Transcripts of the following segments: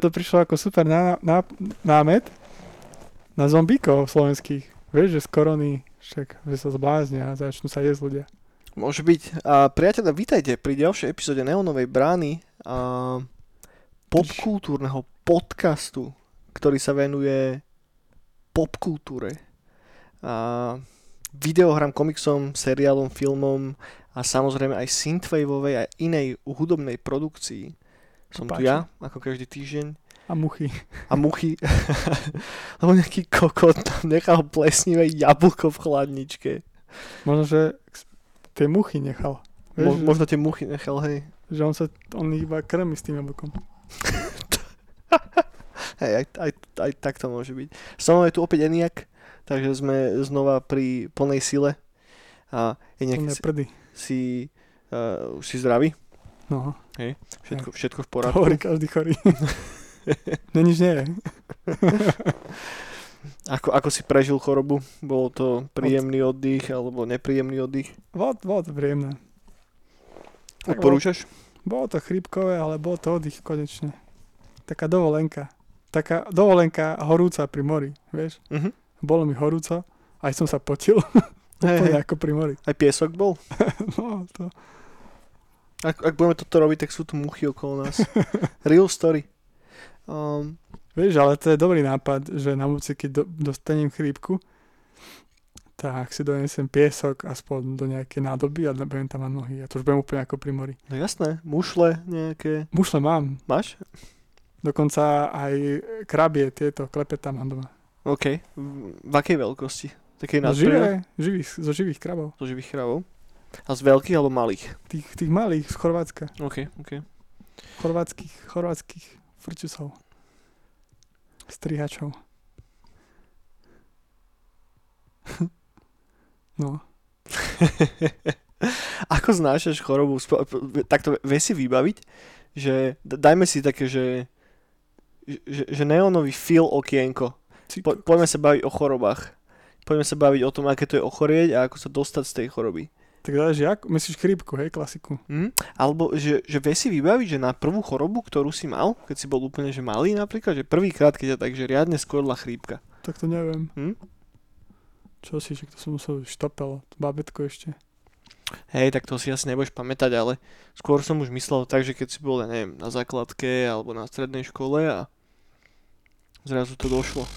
to prišlo ako super námet na zombíkov slovenských. Vieš, že z korony však, že sa zbláznia a začnú sa jesť ľudia. Môže byť. A priateľa, vítajte pri ďalšej epizóde Neonovej brány a popkultúrneho podcastu, ktorý sa venuje popkultúre. A videohrám, komiksom, seriálom, filmom a samozrejme aj synthwaveovej a inej hudobnej produkcii. Som tu ja, ako každý týždeň. A muchy. Lebo nejaký kokot tam nechal plesnivé jablko v chladničke. Možno, že tie muchy nechal. Vieš, možno tie muchy nechal, hej. Že on iba krmi s tým jablkom. Hej, aj tak to môže byť. Samozrejme je tu opäť Eniak, takže sme znova pri plnej sile. A Eniak si zdravý? No. Hej, všetko v poriadku. To hovorí každý chorý. Nič nie je. Ako si prežil chorobu? Bol to príjemný oddych alebo nepríjemný oddych? Bolo to príjemné. Odporúčaš? Bolo to chrípkové, ale bol to oddych konečne. Taká dovolenka. Taká dovolenka horúca pri mori, vieš? Uh-huh. Bolo mi horúco, aj som sa potil. Úplne ako pri mori. Aj piesok bol? No, to... Ak budeme toto robiť, tak sú tu muchy okolo nás. Real story. Vieš, ale to je dobrý nápad, že na budúci, keď dostanem chrípku, tak si donesem piesok aspoň do nejakej nádoby a budem tam mať nohy. A to už budem úplne ako pri mori. No jasné, mušle nejaké. Mušle mám. Máš? Dokonca aj krabie tieto, klepetá mám doma. OK. V akej veľkosti? Takej Zo živých krabov. Zo živých krabov? A z veľkých alebo malých? Tých malých, z Chorvátska. OK. Chorvátskych frčusov. Strihačov. No. Ako znášaš chorobu? Takto vie si vybaviť, že dajme si také, že neonový feel okienko. Poďme sa baviť o chorobách. Poďme sa baviť o tom, aké to je ochorieť a ako sa dostať z tej choroby. Tak záleží, myslíš chrípku, hej, klasiku. Alebo, že vie si vybaviť, že na prvú chorobu, ktorú si mal, keď si bol úplne že malý napríklad, že prvýkrát, keď ťa takže riadne skorila chrípka. Tak to neviem. Čo si, že to som musel štopel, babetko ešte. Hej, tak to si asi nebudeš pamätať, ale skôr som už myslel tak, že keď si bol, neviem, na základke alebo na strednej škole a zrazu to došlo.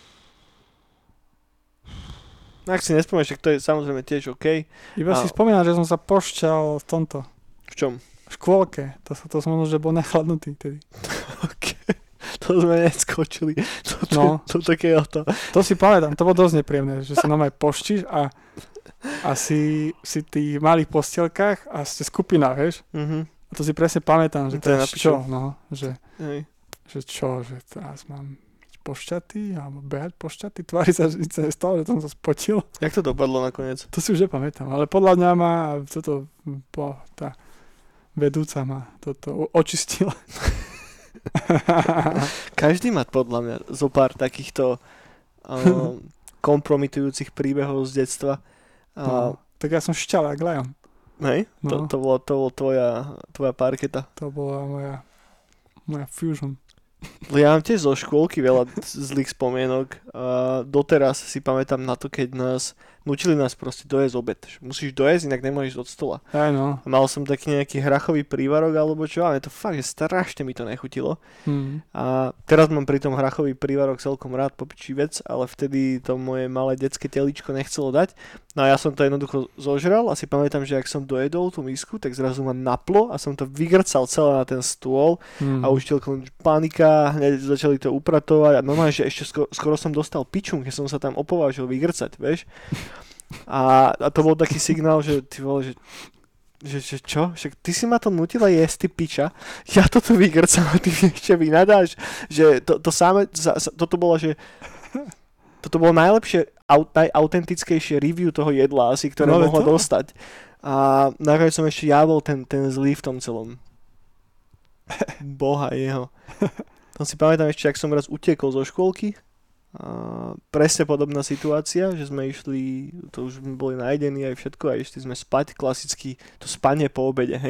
Ak si nespomínaš, tak to je samozrejme tiež OK. Iba si spomínal, že som sa pošťal v tomto. V čom? V škôlke. To som možno, že bol nechladnutý tedy. OK. To sme neskočili. To také o to. To si pamätám, to bolo dosť nepríjemné, že sa nám aj poštíš a si tých malých postielkách a ste skupina, vieš? Uh-huh. A to si presne pamätám, že to je čo, no, že teraz mám pošťatý, alebo behať pošťatý, tvári sa, že sa nestalo, že som sa spotil. Jak to dopadlo nakoniec? To si už nepamätám, ale podľa mňa tá vedúca ma toto očistila. Každý má podľa mňa zo pár takýchto kompromitujúcich príbehov z detstva. Tak ja som šťalák, Lion. Hej? No. To bolo tvoja parketa. To bola moja fusion. Ja mám tiež zo škôlky veľa zlých spomienok a doteraz si pamätám na to, keď nutili nás proste dojesť obed. Musíš dojesť, inak nemôžeš od stola. Aj no. Mal som taký nejaký hrachový prívarok alebo čo, ale to fakt, že strašne mi to nechutilo. A teraz mám pri tom hrachový prívarok celkom rád, popičí vec, ale vtedy to moje malé detské teličko nechcelo dať. No a ja som to jednoducho zožral a si pamätám, že ak som dojedol tú misku, tak zrazu ma naplo a som to vygrcal celé na ten stôl a učiteľko panika, hneď začali to upratovať a normálne, že ešte skoro som dostal pičun, keď som sa tam opovážil vygrcať, vieš. A to bol taký signál, že ty vole, že čo? Však ty si ma to nutila jesť, ty piča. Ja to tu vygrcam a ty ešte vynadáš. Že toto bolo, že toto bolo najautentickejšie review toho jedla asi, ktoré mohlo dostať. A nakoniec som ešte ja bol ten zlý v tom celom. Boha jeho. Tam si pamätám ešte, ak som raz utiekol zo škôlky. Presne podobná situácia, že sme išli, to už sme boli najedení aj všetko a išli sme spať, klasicky to spanie po obede, hej.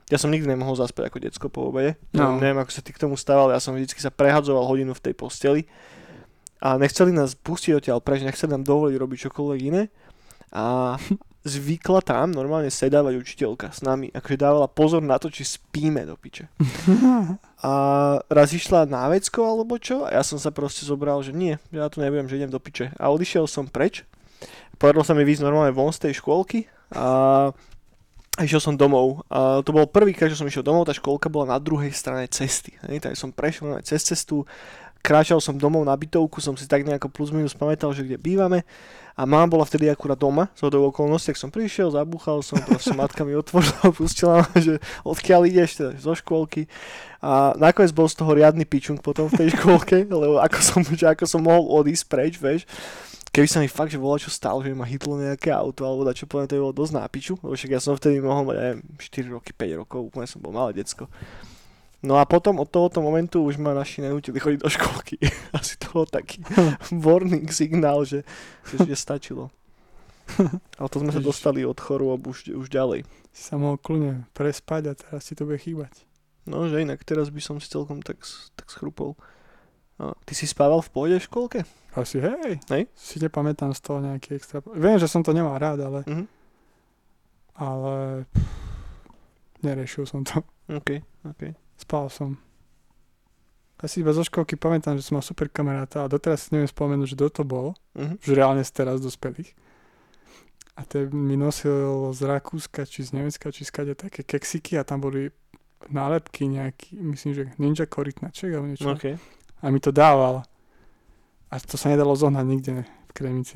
Ja som nikdy nemohol zaspať ako decko po obede. No. Neviem, ako sa ty k tomu stával, ja som vždycky sa prehadzoval hodinu v tej posteli a nechceli nás pustiť odtiaľ preč, nechceli nám dovoliť robiť čokoľvek iné a zvykla tam normálne sedávať učiteľka s nami, akože dávala pozor na to, či spíme do piče. A raz išla na vecko alebo čo a ja som sa proste zobral, že nie, ja tu nebudem, že idem do piče. A odišiel som preč, podarilo sa mi výjsť normálne von z tej škôlky a išiel som domov. A to bol prvýkrát, že som išiel domov, tá škôlka bola na druhej strane cesty. Tak som prešiel cez cestu, kráčal som domov na bytovku, som si tak nejako plus minus pamätal, že kde bývame. A mama bola vtedy akurát doma, z hodou okolností, tak som prišiel, zabúchal som, proste matka mi otvorila, pustila ma, že odkiaľ ideš, teda zo škôlky. A nakoniec bol z toho riadny pičung potom v tej škôlke, lebo ako som mohol odísť preč, vieš. Keby sa mi fakt, že volá, čo stalo, že ma hitlo nejaké auto, alebo dačo, poviem, to by bolo dosť nápiču, lebo však ja som vtedy mohol mať, neviem, 4 roky, 5 rokov, úplne som bol malé decko. No a potom od tohoto momentu už ma naši nenútili chodiť do školky. Asi to bol taký warning signál, že stačilo. Ale to sme sa dostali od chorôb už ďalej. Si sa mohol kľudne prespať a teraz ti to bude chýbať. No, že inak teraz by som si celkom tak schrupol. No, ty si spával v pohode v školke? Asi hej. Hej? Si nepamätám z toho nejaký extra... Viem, že som to nemal rád, ale... Mhm. Ale... Neriešil som to. OK. Spal som. Asi iba zo školky pamätám, že som mal super kamaráta a doteraz si neviem spomenúť, že kto to bol. Mhm. Už reálne teraz dospelých. A ten mi nosil z Rakúska, či z Nemecka, či skade také keksiky a tam boli nálepky nejaký, myslím, že Ninja korytnaček alebo niečo. OK. A mi to dával. A to sa nedalo zohnať nikde v Kremici.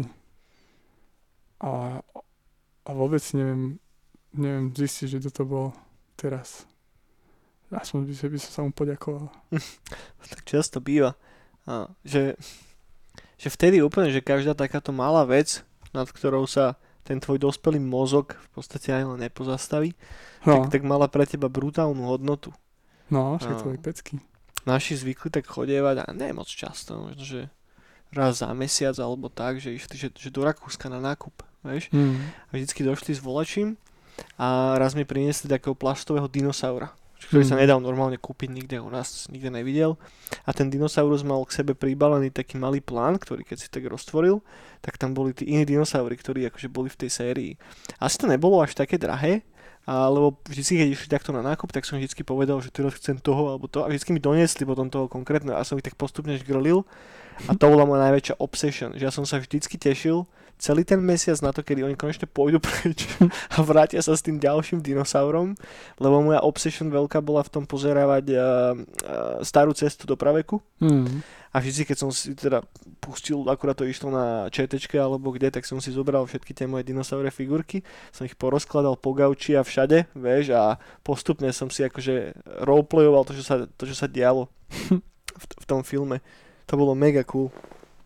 A vôbec neviem zistiť, že kto to bol teraz. Aspoň by som sa mu poďakoval. Tak často býva. Že vtedy úplne, že každá takáto malá vec, nad ktorou sa ten tvoj dospelý mozog v podstate aj len nepozastaví, tak mala pre teba brutálnu hodnotu. No, však to je pecky. Naši zvykli tak chodievať, a nie moc často, možno, že raz za mesiac alebo tak, že išli že do Rakúska na nákup, vieš. A vždycky došli s volačím a raz mi priniesli takého plastového dinosaura, ktorý sa nedal normálne kúpiť nikde u nás, nikde nevidel. A ten dinosaurus mal k sebe pribalený taký malý plán, ktorý keď si tak roztvoril, tak tam boli tí iní dinosaury, ktorí akože boli v tej sérii. Asi to nebolo až také drahé, lebo vždycky, keď išli takto na nákup, tak som vždycky povedal, že teraz chcem toho alebo to a vždycky mi doniesli potom toho konkrétneho a som ich tak postupne žgrlil a to bola moja najväčšia obsession, že ja som sa vždycky tešil celý ten mesiac na to, kedy oni konečne pôjdu preč a vrátia sa s tým ďalším dinosaurom, lebo moja obsession veľká bola v tom pozerávať starú cestu do praveku. A vždy, keď som si teda pustil, akurát to išlo na ČTčke alebo kde, tak som si zobral všetky tie moje dinosauré figurky, som ich porozkladal po gauči a všade, vieš, a postupne som si akože roleplayoval to, čo sa dialo v tom filme. To bolo mega cool.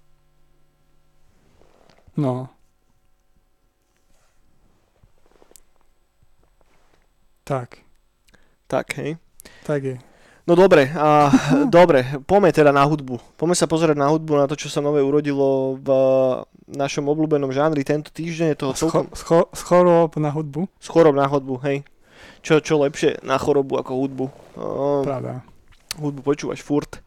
No. Tak, hej. Tak je. No dobre, poďme teda na hudbu. Poďme sa pozerať na hudbu, na to, čo sa nové urodilo v našom obľúbenom žánri tento týždeň. Je toho celkom... Z chorób na hudbu? Z chorób na hudbu, hej. Čo lepšie na chorobu ako hudbu? Pravda. Hudbu počúvaš furt.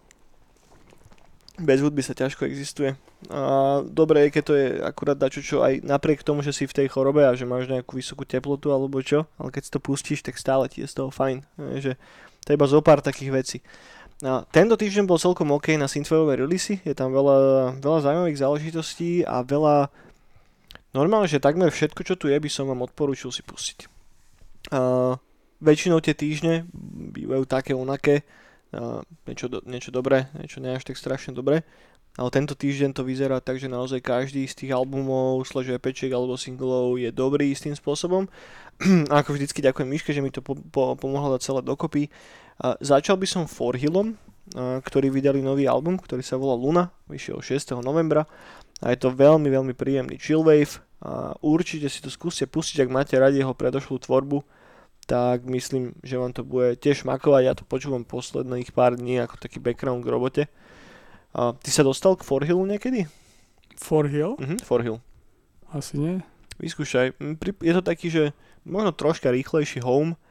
Bez hudby sa ťažko existuje. Dobre je, keď to je akurát dačo, čo aj napriek tomu, že si v tej chorobe a že máš nejakú vysokú teplotu alebo čo, ale keď si to pustíš, tak stále ti je z toho fajn. Že to je iba zo pár takých vecí. Tento týždeň bol celkom OK na synthwaveové releasy, je tam veľa zaujímavých záležitostí a veľa... Normálne, že takmer všetko, čo tu je, by som vám odporúčil si pustiť. Väčšinou tie týždne bývajú také onaké, niečo dobré, niečo nie až tak strašne dobré, ale tento týždeň to vyzerá tak, že naozaj každý z tých albumov, EPček alebo singlov je dobrý istým spôsobom. A ako vždycky ďakujem Miške, že mi to pomohlo dať celé dokopy. Začal by som Forhillom, ktorí vydali nový album, ktorý sa volá Luna, vyšiel 6. novembra a je to veľmi, veľmi príjemný chillwave. Určite si to skúste pustiť, ak máte radi jeho predošlú tvorbu, tak myslím, že vám to bude tiež šmakovať. Ja to počúvam posledných pár dní ako taký background k robote. Ty sa dostal k Forhillu niekedy? Forhill? Forhill. Asi nie. Vyskúšaj. Je to taký, že možno troška rýchlejší home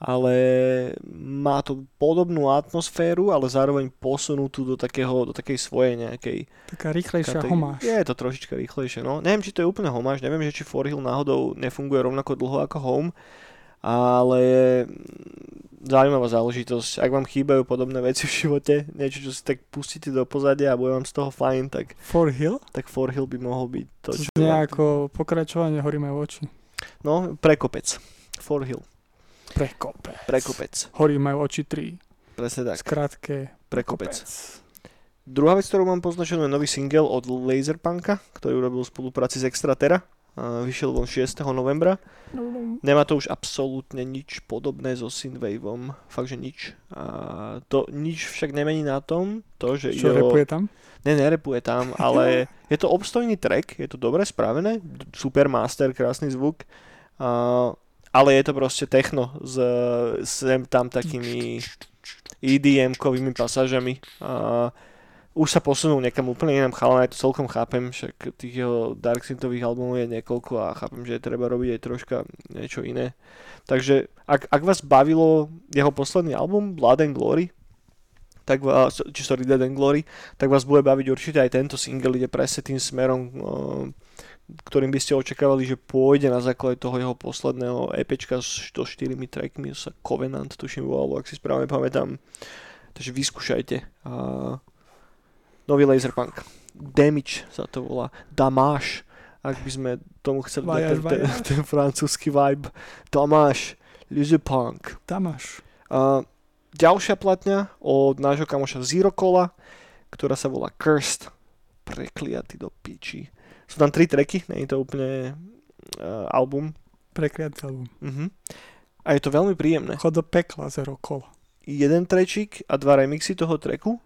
ale má to podobnú atmosféru, ale zároveň posunutú do takej svojej nejakej... Taká rýchlejšia homáž. Je to trošička rýchlejšie, no. Neviem, či to je úplne homáž, neviem, že či Forehill náhodou nefunguje rovnako dlho ako Home, ale zaujímavá záležitosť. Ak vám chýbajú podobné veci v živote, niečo, čo si tak pustíte do pozadia a bude vám z toho fajn, tak Forehill? Tak Forehill by mohol byť to, čo... Nejako pokračovanie Hory majú oči. No, Prekopec. Forehill. Prekopec. Hory majú oči 3. Presne tak. Skrátke. Prekopec. Druhá vec, ktorú mám poznačenú, je nový single od Laserpunka, ktorý urobil v spolupráci s Extraterra. Vyšiel von 6. novembra. Nemá to už absolútne nič podobné so Synthwaveom. Fakt, že nič. To nič však nemení na tom, že čo repuje tam? Nerepuje tam, ale je to obstojný track, je to dobre spravené, super master, krásny zvuk, ale je to proste techno s sem tam takými EDM-kovými pasážami. Už sa posunul niekam úplne inám, chalán, aj to celkom chápem, však tých jeho darksyntových albumov je niekoľko a chápem, že treba robiť aj troška niečo iné. Takže ak vás bavilo jeho posledný album Blood and Glory, tak Dead and Glory, tak vás bude baviť určite aj tento single, ide presne tým smerom, ktorým by ste očakávali, že pôjde na základe toho jeho posledného EPčka s 4 trackmi, sa Covenant, tuším volalo, ak si správne pamätám. Takže vyskúšajte. Nový Laserpunk. Damage sa to volá. Damage, ak by sme tomu chceli dať ten francúzsky vibe. Damage. Laserpunk. Damage. Ďalšia platňa od nášho kamoša Zero Cola, ktorá sa volá Cursed. Prekliatý do piči. Sú tam 3 tracky, nie je to úplne album. Prekliatý album. A je to veľmi príjemné. Chod do pekla Zero Cola. Jeden trackík a 2 remixy toho tracku.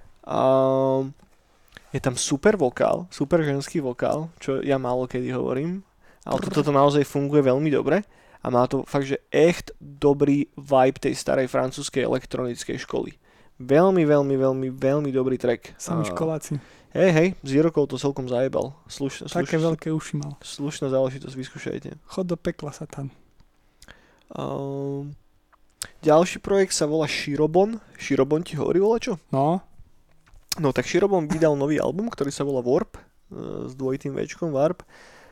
Je tam super vokál, super ženský vokál, čo ja málo kedy hovorím, ale toto naozaj funguje veľmi dobre a má to fakt, že echt dobrý vibe tej starej francúzskej elektronickej školy. Veľmi, veľmi, veľmi, veľmi dobrý track. Sami školáci. Hej, Zero Cola to celkom zajebal. Také veľké uši mal. Slušná záležitosť, vyskúšajte. Chod do pekla, Satan. Ďalší projekt sa volá Shirobon. Shirobon ti hovorí čo? No tak Shirobon vydal nový album, ktorý sa volá Warp, s dvojitým Včkom, Warp.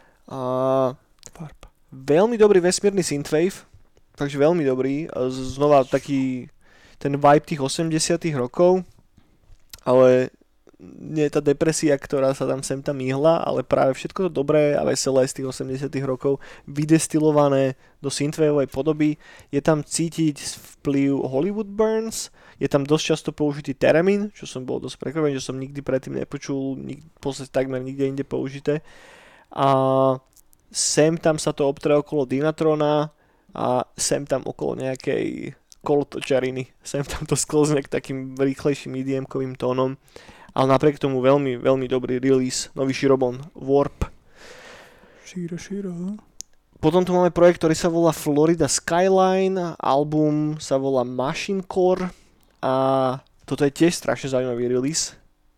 Warp. Veľmi dobrý vesmírny synthwave, takže veľmi dobrý. Znova taký ten vibe tých 80 rokov, ale nie je tá depresia, ktorá sa tam sem tam myhla, ale práve všetko to dobré a veselé z tých 80 rokov vydestilované do synthwaveovej podoby. Je tam cítiť vplyv Hollywood Burns, je tam dosť často použitý Theremin, čo som bol dosť prekvapený, že som nikdy predtým nepočul, takmer nikde inde použité. A sem tam sa to obtre okolo Dynatrona a sem tam okolo nejakej kolotočariny. Sem tam to sklzne k takým rýchlejším EDM-kovým tónom. Ale napriek tomu veľmi, veľmi dobrý release, nový Shirobon, Warp. Shiro. Potom tu máme projekt, ktorý sa volá Florida Skyline, album sa volá Machine Core a toto je tiež strašne zaujímavý release.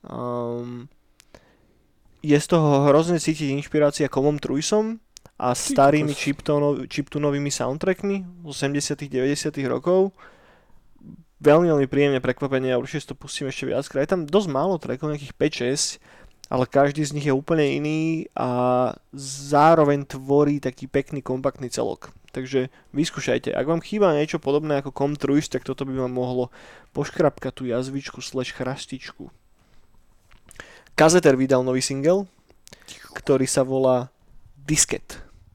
Je z toho hrozne cítiť inšpirácia Comom Truisom a starými chiptunovými soundtrackmi z 80 90 rokov. Veľmi, veľmi príjemne prekvapenie a určite si to pustím ešte viackrát. Je tam dosť málo trackov, nejakých 5-6, ale každý z nich je úplne iný a zároveň tvorí taký pekný, kompaktný celok. Takže vyskúšajte. Ak vám chýba niečo podobné ako Com Truis, tak toto by vám mohlo poškrapkať tú jazvičku / chrastičku. Kazeter vydal nový single, ktorý sa volá Disket.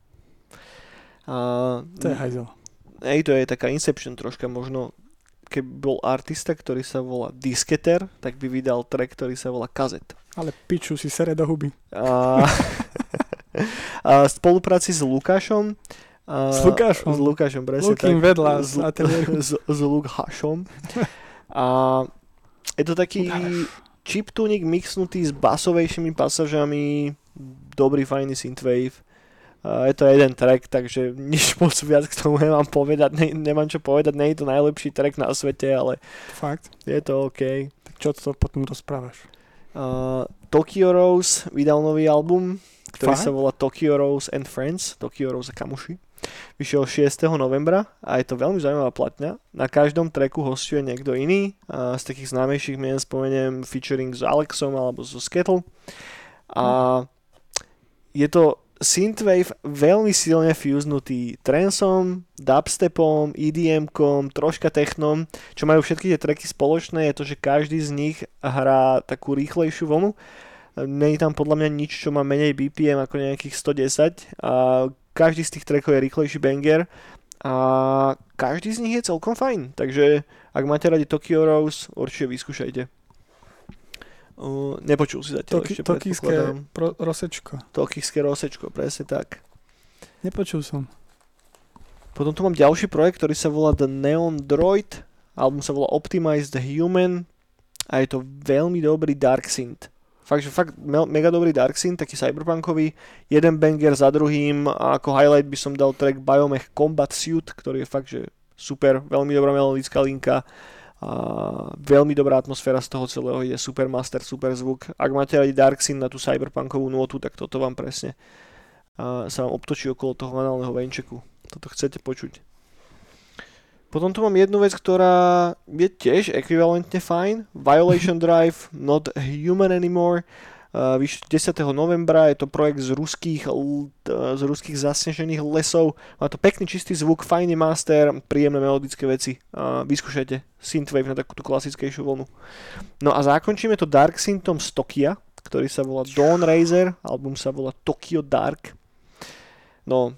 To je hajzel. To je taká Inception troška, možno keby bol artista, ktorý sa volá Disketer, tak by vydal track, ktorý sa volá Kazet. Ale piču si sere do huby. A spolupráci s Lukášom. S Lukášom, presne tak. Lukým vedľa z ateliéru. S Lukášom. A je to taký chiptunik mixnutý s basovejšími pasážami, dobrý, fajný synthwave. Je to jeden track, takže nič moc viac k tomu nemám povedať, nemám čo povedať, nie je to najlepší track na svete, ale fakt? Je to OK. Tak čo to potom rozprávaš? Tokyo Rose vydal nový album, ktorý sa volá Tokyo Rose and Friends, Tokyo Rose a kamuši. Vyšiel 6. novembra a je to veľmi zaujímavá platňa. Na každom tracku hostuje niekto iný. Z takých známejších mien spomeniem featuring s Alexom alebo so Skettle. A je to synthwave veľmi silne fusenutý tranceom, dubstepom, EDM-kom, troška technom. Čo majú všetky tie tracky spoločné je to, že každý z nich hrá takú rýchlejšiu vlnu. Není tam podľa mňa nič, čo má menej BPM ako nejakých 110 a každý z tých trackov je rýchlejší banger a každý z nich je celkom fajn. Takže ak máte radi Tokyo Rose, určite vyskúšajte. Nepočul si zatiaľ ešte, predpokladám. Rosečko. Tokijské Rosečko, presne tak. Nepočul som. Potom tu mám ďalší projekt, ktorý sa volá The Neon Droid. Album sa volá Optimized Human a je to veľmi dobrý dark synth. Fakt mega dobrý dark synth, taký cyberpunkový. Jeden banger za druhým a ako highlight by som dal track Biomech Combat Suit, ktorý je fakt, že super, veľmi dobrá melodická linka. A veľmi dobrá atmosféra z toho celého, je super master, super zvuk. Ak máte radi dark synth na tú cyberpunkovú nôtu, tak toto vám presne sa vám obtočí okolo toho análneho venčeku. Toto chcete počuť. Potom tu mám jednu vec, ktorá je tiež ekvivalentne fajn. Violation Drive, Not Human Anymore. 10. novembra, je to projekt z ruských zasnežených lesov. Má to pekný čistý zvuk, fajný master, príjemné melodické veci. Vyskúšajte synthwave na takúto klasickejšiu vlnu. No a zakončíme to dark synthom z Tokia, ktorý sa volá Dawn Razer, album sa volá Tokyo Dark. No,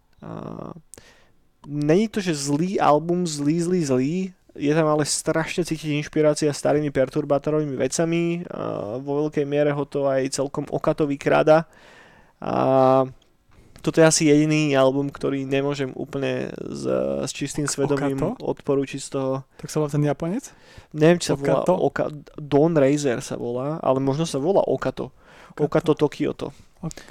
není to, že zlý album, zlý, je tam ale strašne cítiť inšpirácia starými perturbátorovými vecami. Vo veľkej miere ho to aj celkom okato vykráda. A toto je asi jediný album, ktorý nemôžem úplne s čistým svedomím odporúčiť z toho. Tak sa volá ten Japonec? Neviem, či sa volá Dawn Razer sa volá, ale možno sa volá Okato. Okato Tokyo. Okay.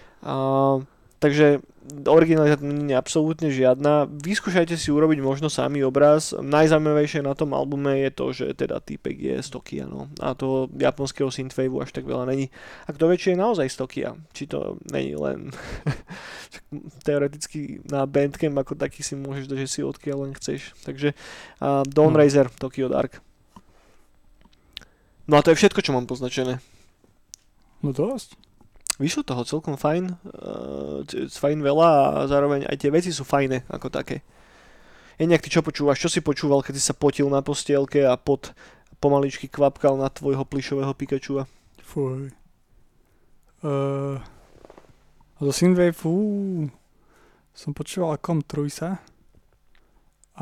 Takže originalita nie je absolútne žiadna. Vyskúšajte si urobiť možno sami obraz. Najzaujímavejšie na tom albume je to, že teda týpek je z Tokia. No. A toho japonského synthwaveu až tak veľa není. A kto vie, či je naozaj z Tokia. Či to není len teoreticky na Bandcamp ako taký si môžeš dať, že si odkiaľ len chceš. Takže Dawn Razer, Tokyo Dark. No a to je všetko, čo mám poznačené. No dosť. Vyšlo toho celkom fajn, fajn veľa a zároveň aj tie veci sú fajné ako také. Je nejak ty čo počúvaš? Čo si počúval, keď si sa potil na postielke a pot pomaličky kvapkal na tvojho plišového Pikachua? Fuj. Do Synthwave som počúval Com3 a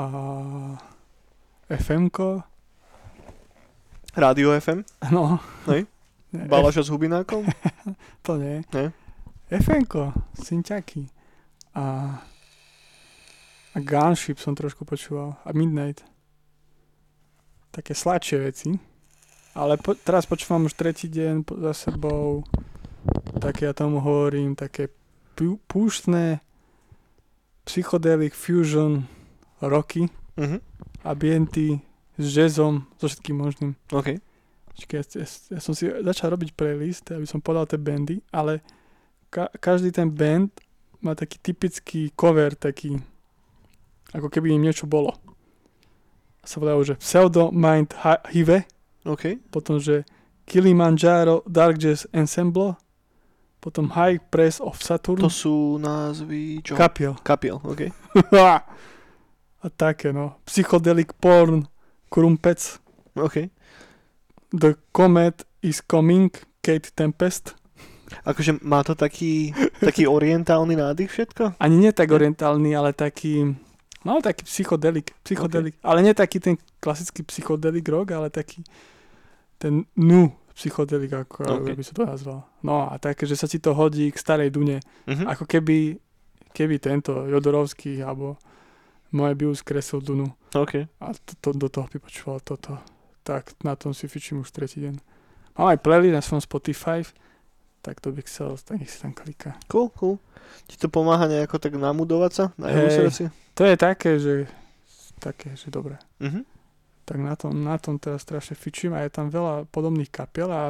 FM-ko. Rádio FM? No. Hej? Balaša s hubinákom? To nie. Nie? FM-ko, synťaky. A Gunship som trošku počúval. A Midnight. Také sladšie veci. Ale teraz počúvam už tretí deň za sebou. Také ja tomu hovorím, také púštne psychedelic fusion rocky. Ambienty s jazzom, so všetkým možným. OK. Ja som si začal robiť playlist, aby som podal tie bandy, ale každý ten band má taký typický cover, taký ako keby im niečo bolo. Sa volajú, že Pseudo Mind Hive, potom, že Kilimanjaro Dark Jazz Ensemble, potom High Press of Saturn. To sú názvy čo? Kapiel, OK. A také, no. Psychedelic Porn, Krumpec. OK. The Comet is Coming, Kate Tempest. Akože má to taký orientálny nádych všetko? Ani nie tak orientálny, ale taký psychodelik. Okay. Ale nie taký ten klasický psychodelik rock, ale taký ten psychodelik, ako by sa to nazval. No a také, že sa ti to hodí k starej Dune. Ako keby tento Jodorovský alebo moje Bius kresil Dunu. Okay. A do toho by počúval toto. Tak na tom si fičím už tretí deň. Mám aj playlist na svojom Spotify, tak to by chcel, tak nech si tam kliká. Cool. Ti to pomáha nejako tak namudovať sa? To je také, že dobré. Tak na tom teraz strašne fičím a je tam veľa podobných kapiel a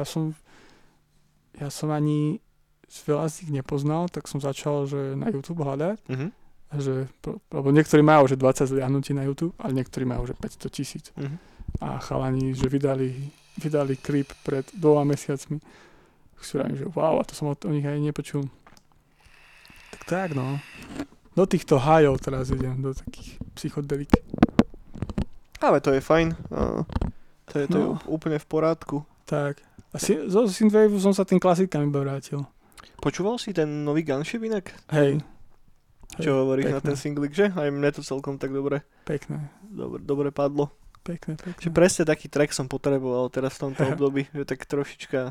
ja som ani veľa z nich nepoznal, tak som začal, že na YouTube hľadať Lebo niektorí majú že 20 zliahnutí na YouTube, ale niektorí majú že 500 000. A chalani, že vydali klip pred 2 mesiacmi. Si vravím, že wow, a to som o nich aj nepočul. Tak no. Do týchto hajov teraz idem, do takých psychodelik. Ale to je fajn. To je úplne v porádku. Tak. A zo Synthwave som sa tým klasikám iba vrátil. Počúval si ten nový Gunship inak? Hej. Čo hovoríš na ten singlik, že? Aj mne to celkom tak dobre. Pekné. Dobre padlo. Pekné. Že presne taký track som potreboval teraz v tomto období, že tak trošička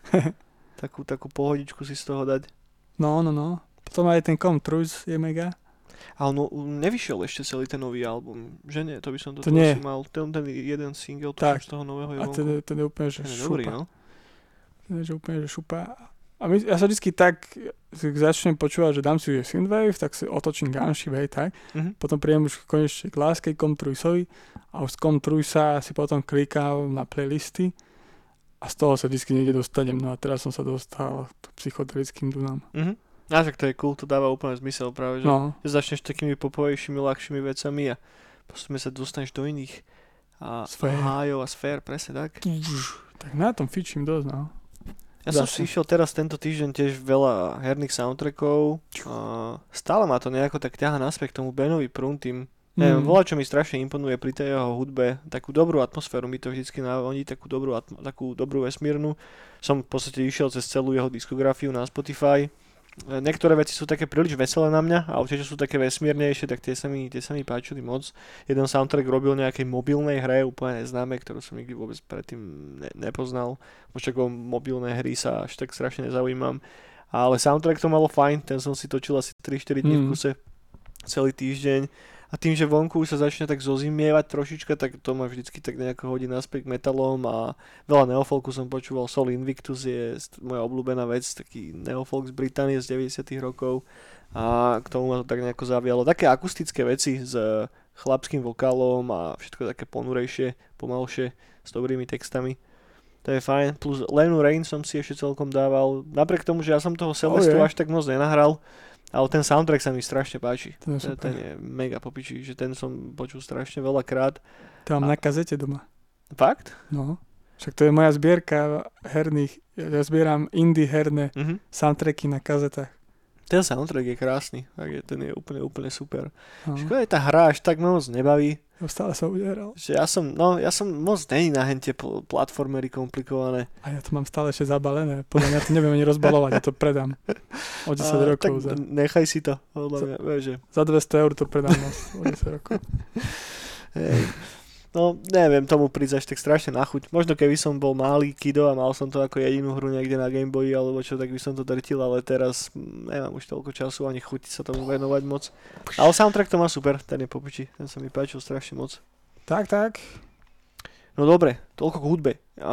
takú pohodičku si z toho dať. No. Potom aj ten Truth je mega. Ale nevyšiel ešte celý ten nový album, že nie? To by som to nie. Mal. Ten jeden single tak. Z toho nového je vonku. A ten je úplne, že šupa. Dobrý, no? Ten je úplne, že šupa. A ja sa vždycky tak začnem počúvať, že dám si Synthwave, tak si otočím Gunship, hej, tak. Potom príjem už konečne k láske Trusovi a už z Trusa si potom klikám na playlisty a z toho sa vždycky niekde dostanem. No a teraz som sa dostal k psychodelickým dunám. A tak to je cool, to dáva úplne zmysel práve, že začneš takými popovejšími, ľahšími vecami a postupne sa dostaneš do iných hájov a sfér, presne tak. Tak na tom fičím dosť, no. Ja som si išiel teraz tento týždeň tiež veľa herných soundtrackov. Stále ma to nejako tak ťaha naspäť k tomu Benovi Pruntym. Neviem, čo mi strašne imponuje pri tej jeho hudbe. Takú dobrú atmosféru mi to vždycky navoní, takú dobrú vesmírnu. Som v podstate išiel cez celú jeho diskografiu na Spotify. Niektoré veci sú také príliš veselé na mňa a určite sú také vesmírnejšie, tak tie sa mi páčili moc. Jeden soundtrack robil nejakej mobilnej hre, úplne neznámej, ktorú som nikdy vôbec predtým nepoznal. Však o mobilné hry sa až tak strašne nezaujímam. Ale soundtrack to malo fajn, ten som si točil asi 3-4 dní v kuse celý týždeň. A tým, že vonku už sa začne tak zozimievať trošička, tak to ma vždycky tak nejako hodí naspäť k metalom a veľa neofolku som počúval. Sol Invictus je moja obľúbená vec, taký neofolk z Británie z 90 rokov a k tomu ma to tak nejako zavialo. Také akustické veci s chlapským vokálom a všetko také ponurejšie, pomalšie, s dobrými textami. To je fajn. Plus Lenu Rain som si ešte celkom dával. Napriek tomu, že ja som toho Celestu až tak moc nenahral, ale ten soundtrack sa mi strašne páči. Ten je mega popičí, že ten som počul strašne veľakrát. To mám na kazete doma. Fakt? No. Však to je moja zbierka herných. Ja zbieram indie herné soundtracky na kazetách. Ten soundtrack je krásny. Ten je úplne super. Škoda, tá hra až tak moc nebaví. Stále sa udieral. Ja som moc není na hentie platformery komplikované. A ja to mám stále ešte zabalené. Podľa mňa to neviem ani rozbalovať, ja to predám. O 10 rokov. Tak nechaj si to. Za 200 eur to predám o 10 rokov. Hej. No, neviem tomu prísť až tak strašne na chuť. Možno keby som bol malý kido a mal som to ako jedinú hru niekde na Game Boyi alebo čo, tak by som to drtil, ale teraz nemám už toľko času ani chuť sa tomu venovať moc. Ale soundtrack to má super, ten je popiči, ten sa mi páčil strašne moc. Tak. No dobre, toľko k hudbe.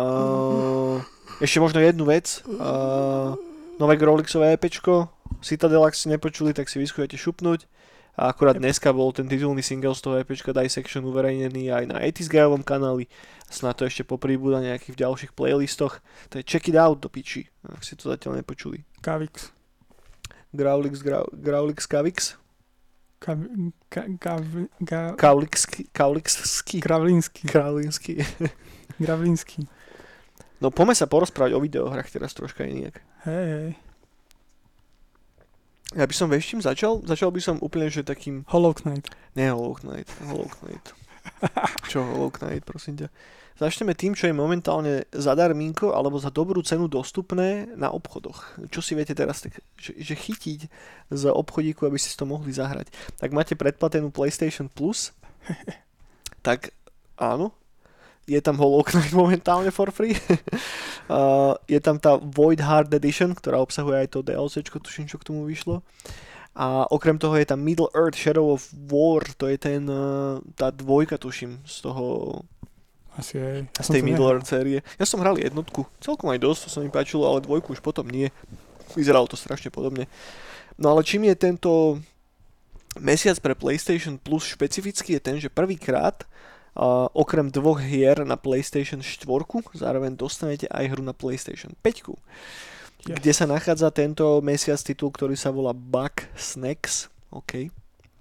Ešte možno jednu vec. Nové Growlixové EPčko, Citadel, ak si nepočuli, tak si vyskúšajte šupnúť. A akurát dneska bol ten titulný single z toho EPčka Dissection uverejnený aj na 80's Gajovom kanáli. Snad to ešte popribúda nejakých v ďalších playlistoch. To je Check It Out do piči, ak si to zatiaľ nepočuli. Kavix. Growlix Kavix? Gravlínsky. No poďme sa porozprávať o videohrách teraz troška inak. Hej. Ja by som veštím začal by som úplne, že takým... Hollow Knight. Nie Hollow Knight. Čo Hollow Knight, prosím ťa. Začneme tým, čo je momentálne zadarmínko alebo za dobrú cenu dostupné na obchodoch. Čo si viete teraz tak, že chytiť z obchodíku, aby si to mohli zahrať. Tak máte predplatenú PlayStation Plus, tak áno, je tam Hollow Knight momentálne for free. Je tam tá Void Heart Edition, ktorá obsahuje aj to DLCčko, tuším, čo k tomu vyšlo. A okrem toho je tam Middle Earth Shadow of War, to je tá dvojka, tuším, z toho... Asi aj. Z tej Middle Earth série. Ja som hral jednotku, celkom aj dosť, to sa mi páčilo, ale dvojku už potom nie. Vyzeralo to strašne podobne. No ale čím je tento mesiac pre PlayStation Plus špecifický, je ten, že prvýkrát okrem 2 hier na PlayStation 4 zároveň dostanete aj hru na PlayStation 5, kde sa nachádza tento mesiac titul, ktorý sa volá Bugsnax. OK.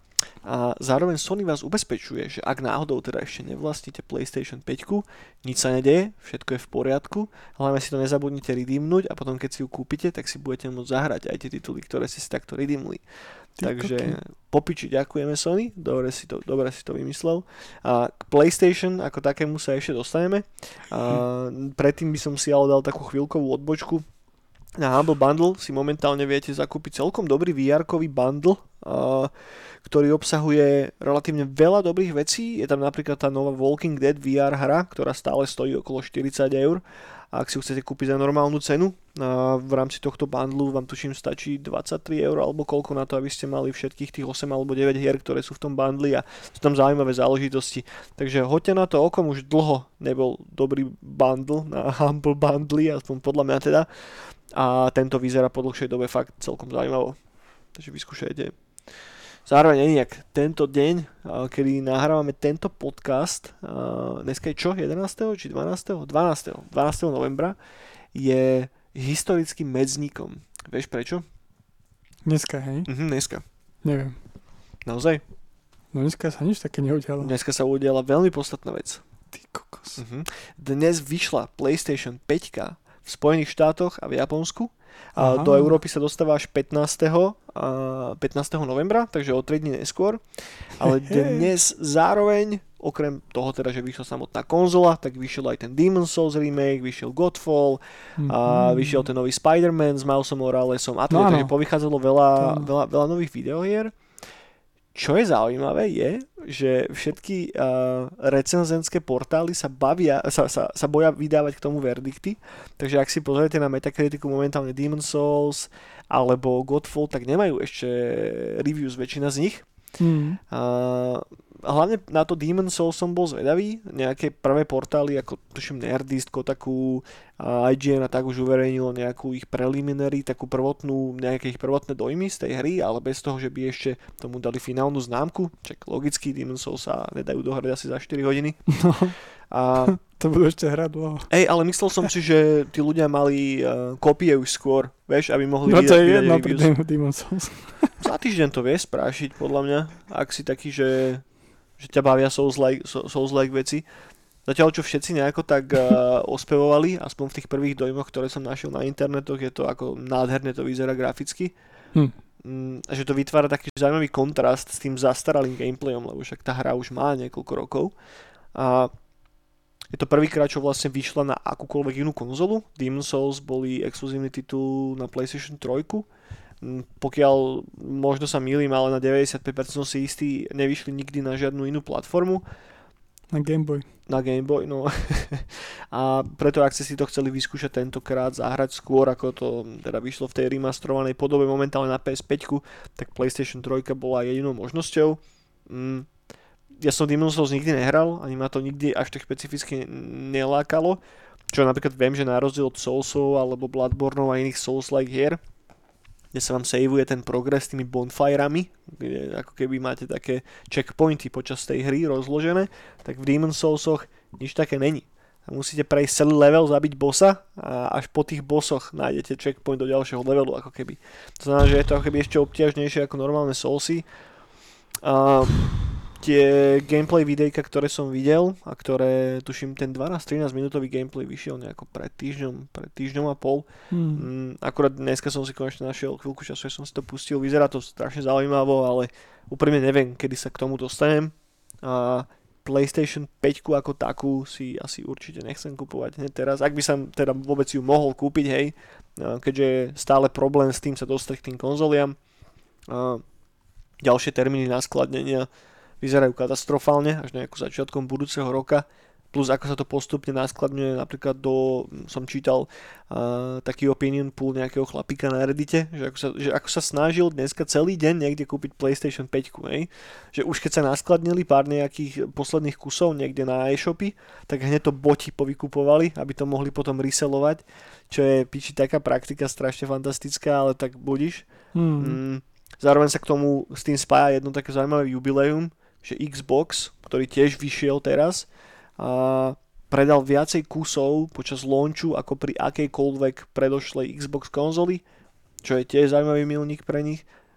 A zároveň Sony vás ubezpečuje, že ak náhodou teda ešte nevlastníte PlayStation 5, nič sa nedeje, všetko je v poriadku, hlavne si to nezabudnite redeemnúť a potom keď si ju kúpite, tak si budete môcť zahrať aj tie tituly, ktoré ste si takto redeemli. Takže popiči, ďakujeme Sony, dobre si to vymyslel. A k PlayStation ako takému sa ešte dostaneme. Predtým by som si ale dal takú chvíľkovú odbočku. Na Humble Bundle si momentálne viete zakúpiť celkom dobrý VR-kový bundle, ktorý obsahuje relatívne veľa dobrých vecí. Je tam napríklad tá nová Walking Dead VR hra, ktorá stále stojí okolo 40 €. A ak si ju chcete kúpiť za normálnu cenu, v rámci tohto bundlu vám tuším stačí 23 € alebo koľko na to, aby ste mali všetkých tých 8 alebo 9 hier, ktoré sú v tom bundli a sú tam zaujímavé záležitosti. Takže hoďte na to okom, už dlho nebol dobrý bundle na Humble Bundle, aspoň podľa mňa teda. A tento vyzerá po dlhšej dobe fakt celkom zaujímavo. Takže vyskúšajte. Zároveň nejak tento deň, kedy nahrávame tento podcast, dneska je čo? 11. či 12. 12. novembra je historickým medzníkom. Vieš prečo? Dneska, hej? Dneska. Neviem. Naozaj? No dneska sa nič také neudialo. Dneska sa udiala veľmi podstatná vec. Ty kokos. Dnes vyšla PlayStation 5 v Spojených štátoch a v Japonsku. A do Európy sa dostáva až 15. novembra, takže o 3 dní neskôr. Ale dnes zároveň, okrem toho teda, že vyšla samotná konzola, tak vyšiel aj ten Demon's Souls remake, vyšiel Godfall, a vyšiel ten nový Spider-Man s Milesom Moralesom a teda, takže povychádzalo veľa nových videohier. Čo je zaujímavé je, že všetky recenzentské portály sa boja vydávať k tomu verdikty, takže ak si pozriete na Metacriticu momentálne Demon's Souls alebo Godfall, tak nemajú ešte reviews väčšina z nich. Hlavne na to Demon's Souls som bol zvedavý, nejaké prvé portály ako tuším Nerdist, Kotaku, IGN a tak už uverejnilo nejakú ich preliminary, nejaké ich prvotné dojmy z tej hry, ale bez toho, že by ešte tomu dali finálnu známku, čak logicky Demon's Souls sa nedajú dohrať asi za 4 hodiny. No, to budú ešte hrať dlho. Ale myslel som si, že tí ľudia mali kopie už skôr, vieš, aby mohli vydať reviews. No to je jedno pri Demon's Souls. Za týždeň to vie sprášiť, podľa mňa, ak si taký, že ťa bavia Souls-like veci. Zatiaľ, čo všetci nejako tak ospevovali, aspoň v tých prvých dojmoch, ktoré som našiel na internetoch, je to ako nádherne to vyzerá graficky. A že to vytvára taký zaujímavý kontrast s tým zastaralým gameplayom, lebo však tá hra už má niekoľko rokov. A je to prvýkrát, čo vlastne vyšla na akúkoľvek inú konzolu. Demon's Souls boli exkluzívny titul na PlayStation 3. Pokiaľ možno sa mýlim, ale na 95% som si istý, nevyšli nikdy na žiadnu inú platformu. Na Game Boy. Na Game Boy, no. A preto, ak ste si to chceli vyskúšať tentokrát, zahrať skôr, ako to teda vyšlo v tej remasterovanej podobe momentálne na PS5, tak PlayStation 3 bola jedinou možnosťou. Ja som Demon's Souls nikdy nehral, ani ma to nikdy až tak špecificky nelákalo, čo napríklad viem, že na rozdiel od Soulsov alebo Bloodborneov a iných Souls-like hier, kde sa vám saveuje ten progres s tými bonfirami, kde ako keby máte také checkpointy počas tej hry rozložené, tak v Demon's Soulsoch nič také není. Musíte prejsť celý level, zabiť bossa a až po tých bossoch nájdete checkpoint do ďalšieho levelu, ako keby. To znamená, že je to ako keby ešte obťažnejšie ako normálne Soulsy. Tie gameplay videjka, ktoré som videl a ktoré, tuším, ten 12-13 minútový gameplay vyšiel nejako pred týždňom a pol. Akurát dneska som si konečne našiel chvíľku času, že som si to pustil. Vyzerá to strašne zaujímavo, ale úprimne neviem, kedy sa k tomu dostanem. A PlayStation 5 ako takú si asi určite nechcem kupovať hneď teraz. Ak by som teda vôbec ju mohol kúpiť, hej, keďže je stále problém s tým sa dostať k tým konzoliam. Ďalšie termíny naskladnenia vyzerajú katastrofálne až nejakú začiatkom budúceho roka, plus ako sa to postupne naskladňuje, napríklad som čítal taký opinion pool nejakého chlapíka na Reddite, že ako sa snažil dneska celý deň niekde kúpiť PlayStation 5, hej? Že už keď sa naskladnili pár nejakých posledných kusov niekde na e-shopy, tak hneď to boti povykupovali, aby to mohli potom resellovať, čo je piči taká praktika strašne fantastická, ale tak budiš. Zároveň sa k tomu s tým spája jedno také zaujímavé jubileum, že Xbox, ktorý tiež vyšiel teraz, predal viacej kusov počas launchu ako pri akejkoľvek predošlej Xbox konzoli, čo je tiež zaujímavý milník pre nich.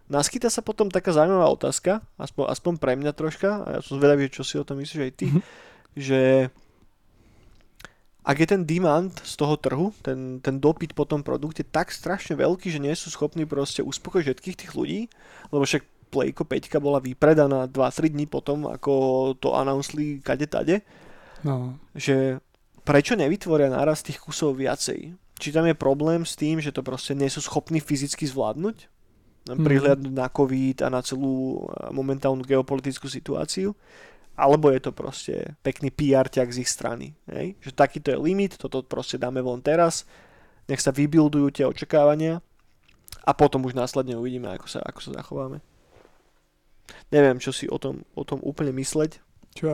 naskytá sa potom taká zaujímavá otázka, aspoň pre mňa troška, a ja som zvedavý, čo si o tom myslíš aj ty, že ak je ten demand z toho trhu, ten dopyt po tom produkte tak strašne veľký, že nie sú schopní proste uspokojiť všetkých tých ľudí, lebo však Playko 5 bola vypredaná 2-3 dní potom, ako to announceli kade tade, že prečo nevytvoria naraz tých kusov viacej? Či tam je problém s tým, že to proste nie sú schopní fyzicky zvládnuť? Prihliadnúť na COVID a na celú momentálnu geopolitickú situáciu? Alebo je to proste pekný PR ťah z ich strany. Hej? Že takýto je limit, toto proste dáme von teraz, nech sa vybuildujú tie očakávania a potom už následne uvidíme, ako sa zachováme. Neviem, čo si o tom úplne mysleť. Čo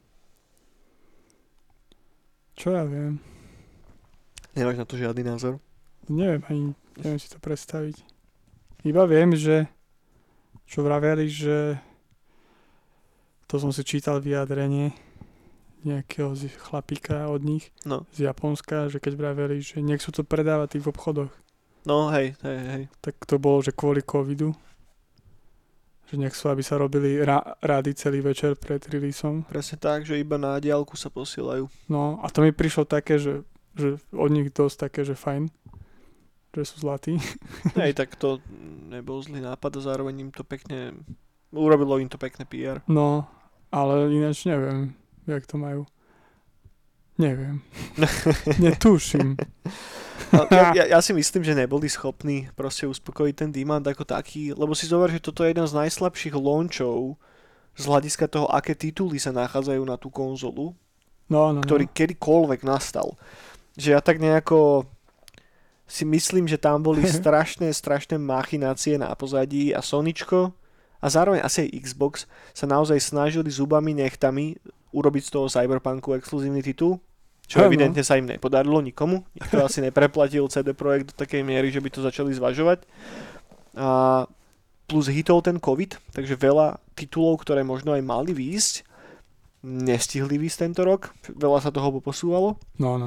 ja viem. Nemáš na to žiadny názor? Neviem si to predstaviť. Iba viem, že čo vraveli, že to som si čítal vyjadrenie nejakého chlapíka od nich z Japonska, že keď vraveli, že nechcú to predávať tých v obchodoch. No hej. Tak to bolo, že kvôli covidu. Že nechcú, aby sa robili rády celý večer pred releaseom. Presne tak, že iba na diaľku sa posielajú. No a to mi prišlo také, že od nich dosť také, že fajn. Že sú zlatí. Hej, tak to nebol zlý nápad a zároveň im to pekne urobilo im to pekné PR. No, ale ináč neviem, jak to majú. Neviem. Netuším. Ja si myslím, že neboli schopní proste uspokojiť ten demand ako taký, lebo si zober, že toto je jeden z najslabších launchov z hľadiska toho, aké tituly sa nachádzajú na tú konzolu, ktorý kedykoľvek nastal. Že ja tak nejako si myslím, že tam boli strašné machinácie na pozadí a Sonyčko a zároveň asi aj Xbox sa naozaj snažili zubami nechtami urobiť z toho Cyberpunku exkluzívny titul, čo evidentne sa im nepodarilo nikomu. Nikto asi nepreplatil CD Projekt do takej miery, že by to začali zvažovať. A plus hitol ten COVID, takže veľa titulov, ktoré možno aj mali výjsť, nestihli výjsť tento rok. Veľa sa toho posúvalo. No.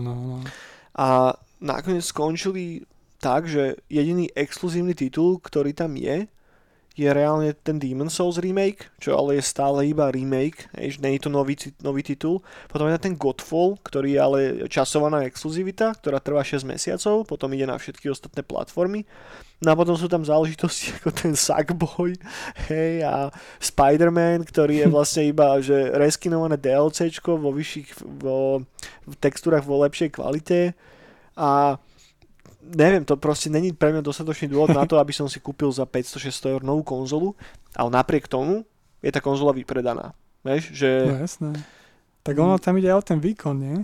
A nakoniec skončili tak, že jediný exkluzívny titul, ktorý tam je reálne ten Demon's Souls remake, čo ale je stále iba remake, že nie je to nový titul. Potom je ten Godfall, ktorý je ale časovaná exkluzivita, ktorá trvá 6 mesiacov, potom ide na všetky ostatné platformy. No a potom sú tam záležitosti ako ten Sackboy, hej, a Spider-Man, ktorý je vlastne iba že reskinované DLCčko v textúrach vo lepšej kvalite a neviem, to proste není pre mňa dostatočný dôvod na to, aby som si kúpil za 500-600 eur novú konzolu, ale napriek tomu je tá konzola vypredaná. Vieš, že... No jasné. Tak ono tam ide aj o ten výkon, nie?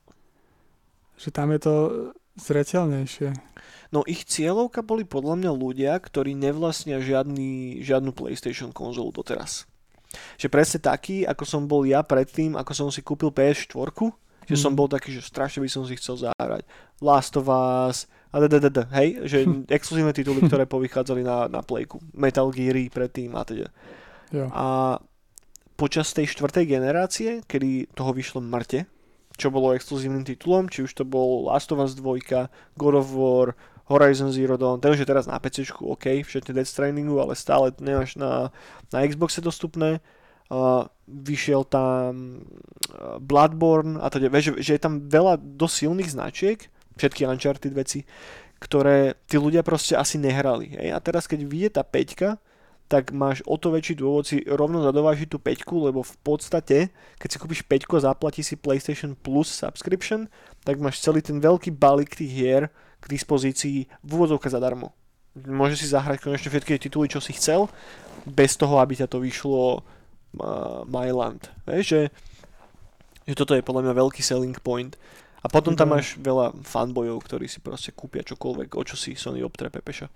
Že tam je to zreteľnejšie. No ich cieľovka boli podľa mňa ľudia, ktorí nevlastnia žiadnu PlayStation konzolu doteraz. Že presne taký, ako som bol ja predtým, ako som si kúpil PS4, že som bol taký, že strašne by som si chcel zahrať Last of Us hej, že exkluzívne tituly, ktoré povychádzali na Playku. Metal Geary predtým a teda. A počas tej 4. generácie, kedy toho vyšlo mŕte, čo bolo exkluzívnym titulom, či už to bol Last of Us 2, God of War, Horizon Zero Dawn, ten už je teraz na PCčku, OK, všetne Death Strandingu, ale stále nemáš na Xboxe dostupné. Vyšiel tam Bloodborne a teda, vieš, že je tam veľa dosť silných značiek, všetky Uncharted veci, ktoré tí ľudia proste asi nehrali. Hej? A teraz, keď vyjde tá 5, tak máš o to väčší dôvod si rovno zadovážiť tú 5, lebo v podstate, keď si kúpiš 5 a zaplatí si PlayStation Plus subscription, tak máš celý ten veľký balík tých hier k dispozícii v úvodzovke zadarmo. Môžeš si zahrať konečne všetky tituly, čo si chcel, bez toho, aby ťa to vyšlo Myland. Vieš, že toto je podľa mňa veľký selling point. A potom tam máš veľa fanbojov, ktorí si proste kúpia čokoľvek, o čo si Sony obtre pepeša.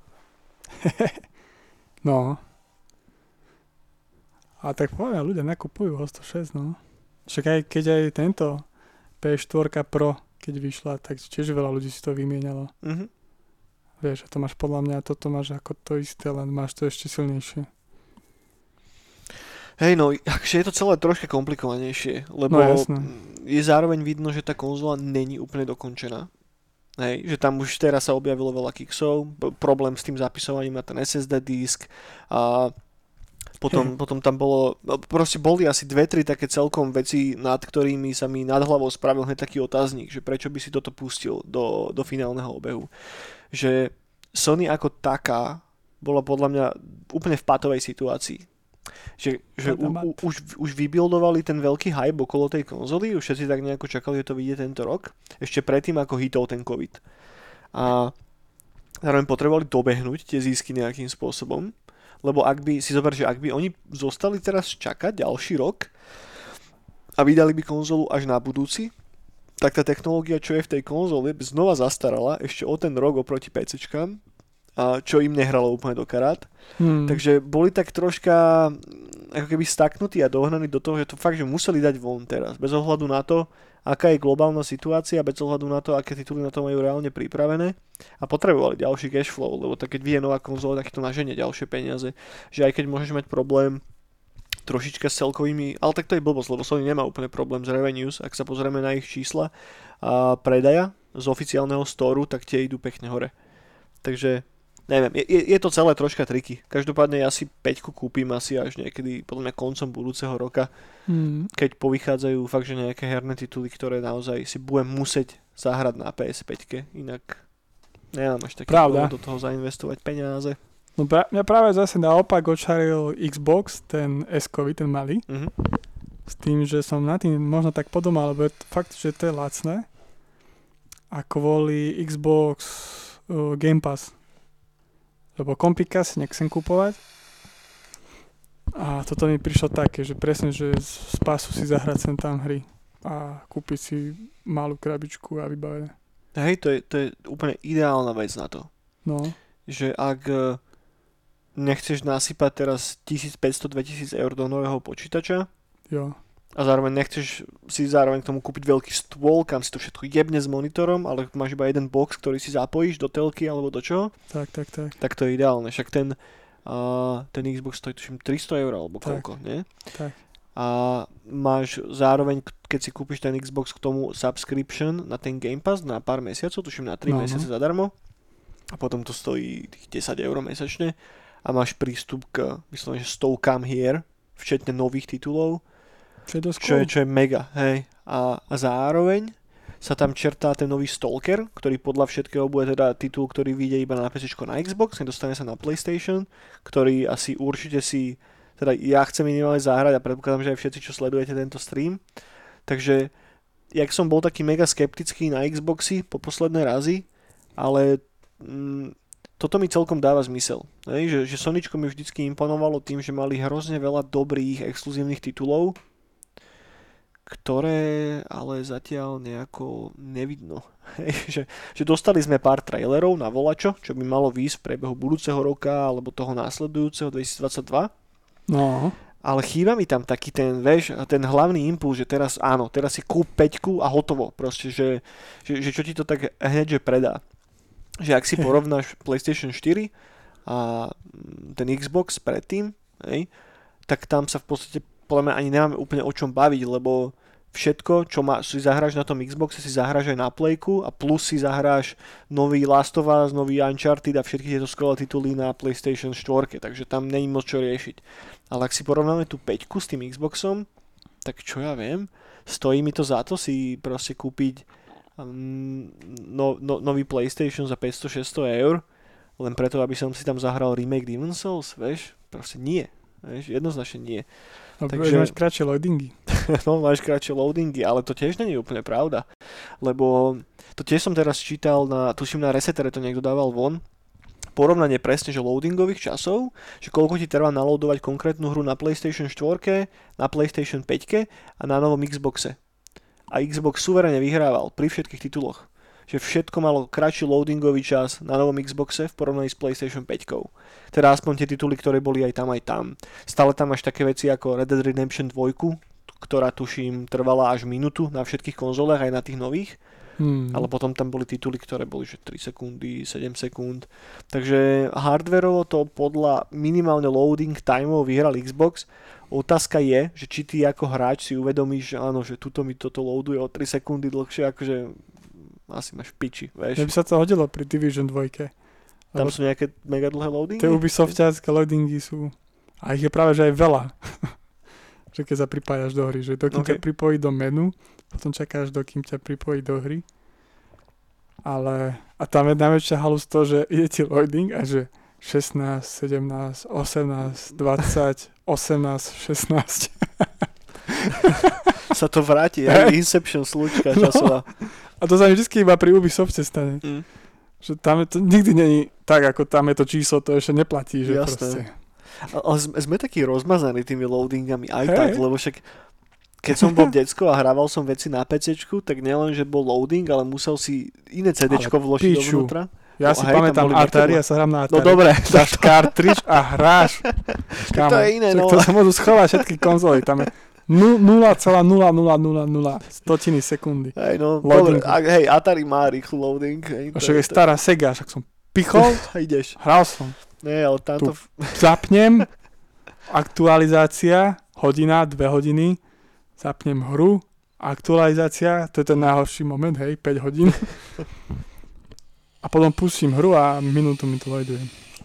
No. A tak poviem, ľudia nakupujú o 106, no. Však aj keď aj tento PS4 Pro, keď vyšla, tak tiež veľa ľudí si to vymienialo. Mm-hmm. Vieš, a to máš podľa mňa, toto máš ako to isté, len máš to ešte silnejšie. Hej, no, je to celé troška komplikovanejšie, lebo je zároveň vidno, že tá konzola není úplne dokončená. Hej, že tam už teraz sa objavilo veľa kiksov, problém s tým zapisovaním na ten SSD disk a potom tam bolo, proste boli asi 2-3 také celkom veci, nad ktorými sa mi nad hlavou spravil hneď taký otáznik, že prečo by si toto pustil do finálneho obehu. Že Sony ako taká bola podľa mňa úplne v patovej situácii. Že už vybuildovali ten veľký hype okolo tej konzoly, už všetci tak nejako čakali, že to vyjde tento rok, ešte predtým ako hitol ten COVID. A zároveň potrebovali dobehnúť tie zisky nejakým spôsobom, lebo ak by oni zostali teraz čakať ďalší rok a vydali by konzolu až na budúci, tak tá technológia, čo je v tej konzole, by znova zastarala ešte o ten rok oproti PCčkám, a čo im nehralo úplne do karát. Takže boli tak troška ako keby staknutí a dohnaní do toho, že to fakt, že museli dať von teraz, bez ohľadu na to, aká je globálna situácia, bez ohľadu na to, aké tituly na to majú reálne pripravené a potrebovali ďalší cash flow, lebo tak keď vyje nová konzola, tak to naženie ďalšie peniaze, že aj keď môžeš mať problém trošička s celkovými, ale tak to je blbosť, lebo Sony nemá úplne problém s revenues, ak sa pozrieme na ich čísla a predaja z oficiálneho storu, tak tie idú pekne hore. Takže neviem, je to celé troška triky. Každopádne ja si 5 kúpim asi až niekedy podľa mňa koncom budúceho roka, keď povychádzajú fakt, že nejaké herné tituly, ktoré naozaj si budem musieť zahrať na PS5, inak nemám až taký dôvod do toho zainvestovať peniaze. No mňa práve zase naopak očaril Xbox, ten S-kový, ten malý, s tým, že som na tým možno tak podomal, lebo je fakt, že to je lacné a kvôli Xbox Game Pass. Lebo kompika si nechcem kúpovať. A toto mi prišlo také, že presne, že z pasu si zahrať sem tam hry a kúpiť si malú krabičku a vybavené. Hej, to je úplne ideálna vec na to. No. Že ak nechceš nasypať teraz 1500-2000 eur do nového počítača, jo. A zároveň nechceš si zároveň k tomu kúpiť veľký stôl, kam si to všetko jebne s monitorom, ale máš iba jeden box, ktorý si zapojíš do telky alebo do čoho. Tak. Tak to je ideálne. Však ten Xbox stojí tuším 300 eur alebo koľko, nie? Tak. A máš zároveň, keď si kúpiš ten Xbox k tomu subscription na ten Game Pass na pár mesiacov, tuším na 3 mesiace zadarmo. A potom to stojí tých 10 eur mesačne. A máš prístup k, myslím, že stovkám hier, včetne nových titulov. Čo je mega, hej. A zároveň sa tam čertá ten nový Stalker, ktorý podľa všetkého bude teda titul, ktorý vyjde iba na PC na Xbox, nedostane sa na PlayStation, ktorý asi určite si, teda ja chcem minimálne zahrať a predpokladám, že aj všetci, čo sledujete tento stream. Takže, jak som bol taký mega skeptický na Xboxy po posledné razy, ale toto mi celkom dáva zmysel. Hej? Že Sonyčko mi vždycky imponovalo tým, že mali hrozne veľa dobrých exkluzívnych titulov, ktoré ale zatiaľ nejako nevidno. že dostali sme pár trailerov na volačo, čo by malo výjsť v priebehu budúceho roka alebo toho následujúceho 2022. No. Ale chýba mi tam taký ten hlavný impuls, že teraz si kúp 5 a hotovo. Proste, že čo ti to tak hneď že predá. Že ak si porovnáš PlayStation 4 a ten Xbox predtým, tak tam sa v podstate podľa mňa ani nemáme úplne o čom baviť, lebo všetko, čo si zahráš na tom Xboxe, si zahráš aj na Playku a plus si zahráš nový Last of Us, nový Uncharted a všetky tieto skvelé tituly na PlayStation 4, takže tam není moc čo riešiť. Ale ak si porovnáme tú 5 s tým Xboxom, tak čo ja viem, stojí mi to za to si proste kúpiť nový PlayStation za 500-600 eur, len preto, aby som si tam zahral remake Demon's Souls, vieš? Proste nie. Vieš? Jednoznačne nie. Takže máš kratšie loadingy. No, máš kratšie loadingy, ale to tiež nie je úplne pravda. Lebo to tiež som teraz čítal tuším na Resetere to niekto dával von, porovnanie presne, že loadingových časov, že koľko ti trvá naloadovať konkrétnu hru na PlayStation 4, na PlayStation 5 a na novom Xboxe. A Xbox suverene vyhrával pri všetkých tituloch. Že všetko malo kratší loadingový čas na novom Xboxe v porovnaní s PlayStation 5. Teda aspoň tie tituly, ktoré boli aj tam. Stále tam máš také veci ako Red Dead Redemption 2, ktorá tuším trvala až minútu na všetkých konzolách aj na tých nových. Ale potom tam boli tituly, ktoré boli že 3 sekundy, 7 sekúnd. Takže hardwareovo to podľa minimálne loading timeov vyhral Xbox. Otázka je, že či ty ako hráč si uvedomíš, že áno, že tuto mi toto loaduje o 3 sekundy dlhšie, akože asi máš piči, vieš. Mne by sa to hodilo pri Division 2. Tam sú nejaké mega dlhé loadingy? Tie Ubisoftiacké loadingy sú... A ich je práve, že aj veľa. Že keď sa pripájaš do hry. Že dokým ťa pripojí do menu, potom čakáš, dokým ťa pripojí do hry. Ale... A tam je najväčšia halus to, že ide ti loading a že 16, 17, 18, 20, 18, 16. Sa to vráti, aj Inception slučka časová. A to sa mi vždy iba pri Ubisofte stane. Že tam je to nikdy není tak, ako tam je to číslo, to ešte neplatí, že proste. Ale sme takí rozmazaní tými loadingami aj tak, lebo však keď som bol decko a hrával som veci na PCčku, tak nielen, že bol loading, ale musel si iné CDčko vložiť dovnútra. Ja si pamätám Atari, ja sa hrám na Atari. No dobre. Dáš cartridge a hráš. To je iné, no. To sa môžu schovať všetky konzoly, tam je 0,0000 sekundy. Hej, no, dobre, hej, Atari má rýchly loading. A však je stará Sega, však som pichol, ideš. Hral som. Nie, ale táto... Zapnem, aktualizácia, hodina, 2 hodiny, zapnem hru, aktualizácia, to je ten najhorší moment, hej, 5 hodín. A potom pustím hru a minútu mi to loaduje.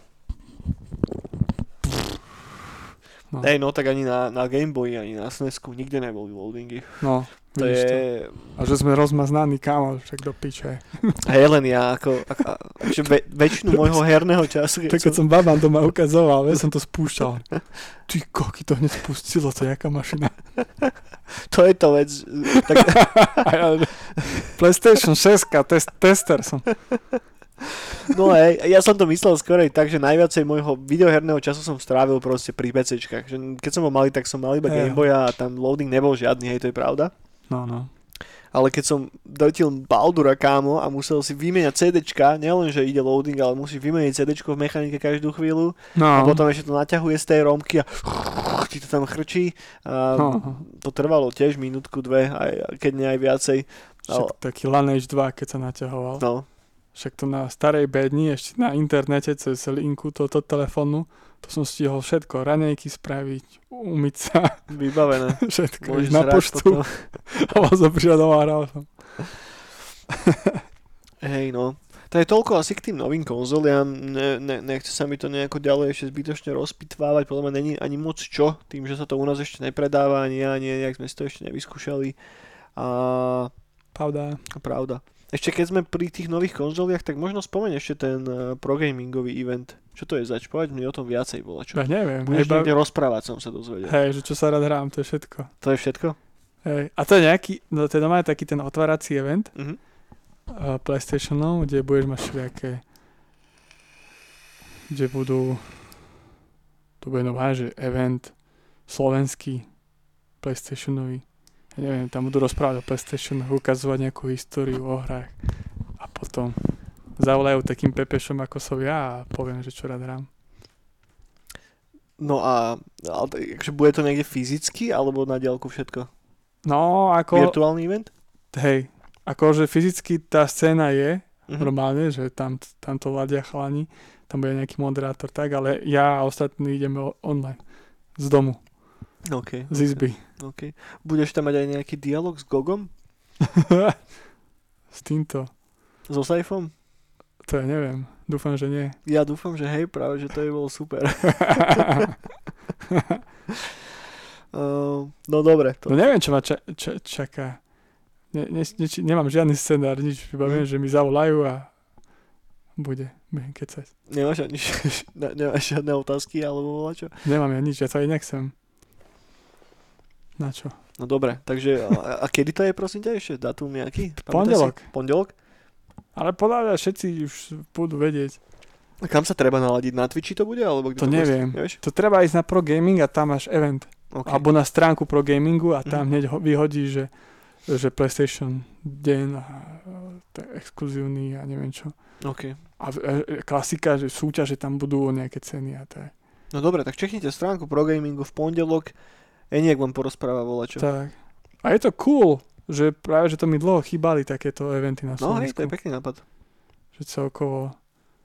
No. Hej, no tak ani na Game Boy, ani na SNESku nikde neboli loadingy. No, to je... To. A že sme rozmaznaní, kámo, však do piče. Hej, len ja, väčšinu môjho herného času... Keď som babám doma ukazoval, ja som to spúšťal. Ty koky, to hneď spustilo, to je jaká mašina. To je to vec. Tak... PlayStation 6, tester som. No hej, ja som to myslel skorej tak, že najviacej môjho videoherného času som strávil proste pri PCčkách. Keď som bol malý, tak som mal iba Game Boy a tam loading nebol žiadny, hej, to je pravda. No. Ale keď som dotil Baldura, kámo, a musel si vymeniať CDčka, nielen, že ide loading, ale musíš vymeniť CDčko v mechanike každú chvíľu. No. A potom ešte to naťahuje z tej romky a ti to tam chrčí. A to trvalo tiež minútku, 2, aj, keď nie aj viacej. Však taký Lineage 2, keď sa naťahoval. No. Však to na starej bedni, ešte na internete, cez linku tohto telefónu, to som stihol všetko, raňajky spraviť, umyť sa. Vybavené. Všetko, na poštu. A som prišiel doma a hral som. Hej, no. To je toľko asi k tým novým konzoliám, nechce sa mi to nejako ďalej ešte zbytočne rozpitvávať, podľa mňa není ani moc čo, tým, že sa to u nás ešte nepredáva, ani nejak sme si to ešte nevyskúšali. Pravda. Ešte keď sme pri tých nových konzoliach, tak možno spomeň ešte ten progamingový event. Čo to je zač? Povedz mi o tom viacej, čo? Ja neviem. Budeš niekde rozprávať, som sa dozvedel. Hej, že čo sa rád hrám, to je všetko. To je všetko? Hej. A to je nejaký, no to je doma taký ten otvárací event PlayStationov, kde budeš mať všelijaké, kde budú, to bude nová, že event slovenský PlayStationový. Ja neviem, tam budú rozprávať o PlayStation, ukazovať nejakú históriu o hrách a potom zavolajú takým pepešom ako som ja a poviem, že čo rád hrám. No ale bude to niekde fyzicky alebo na diaľku všetko? No ako... Virtuálny event? Hej, akože fyzicky tá scéna je normálne, že tam to ladia chalani, tam bude nejaký moderátor tak, ale ja a ostatní ideme online z domu. Okay, z izby. Okay. Budeš tam mať aj nejaký dialog s Gogom? S týmto. So Saifom? To ja neviem. Dúfam, že nie. Ja dúfam, že hej, práve, že to je bolo super. No dobre. No neviem, čo ma čaká. Nemám žiadny scenár, nič. Viem, že mi zavolajú a budem kecať. Nemáš žiadne otázky alebo čo? Nemám ja nič, ja to aj nechcem. Na čo? No dobre, takže a kedy to je, prosím ťa, ešte datum nejaký? Pondelok. Ale podľa všetci už budú vedieť. A kam sa treba naladiť? Na Twitchi to bude? Alebo kde to neviem. To treba ísť na Pro Gaming a tam máš event. Okay. Alebo na stránku Pro Gamingu a tam hneď vyhodí, že PlayStation deň a exkluzívny a neviem čo. Okay. A klasika, že súťaže tam budú nejaké ceny a tak. No dobre, tak čeknite stránku Pro Gamingu v pondelok. Eniak vám porozpráva volačo. Tak. A je to cool, že práve, že to mi dlho chýbali takéto eventy na Slovensku. No hej, to je pekný nápad. Že celkovo,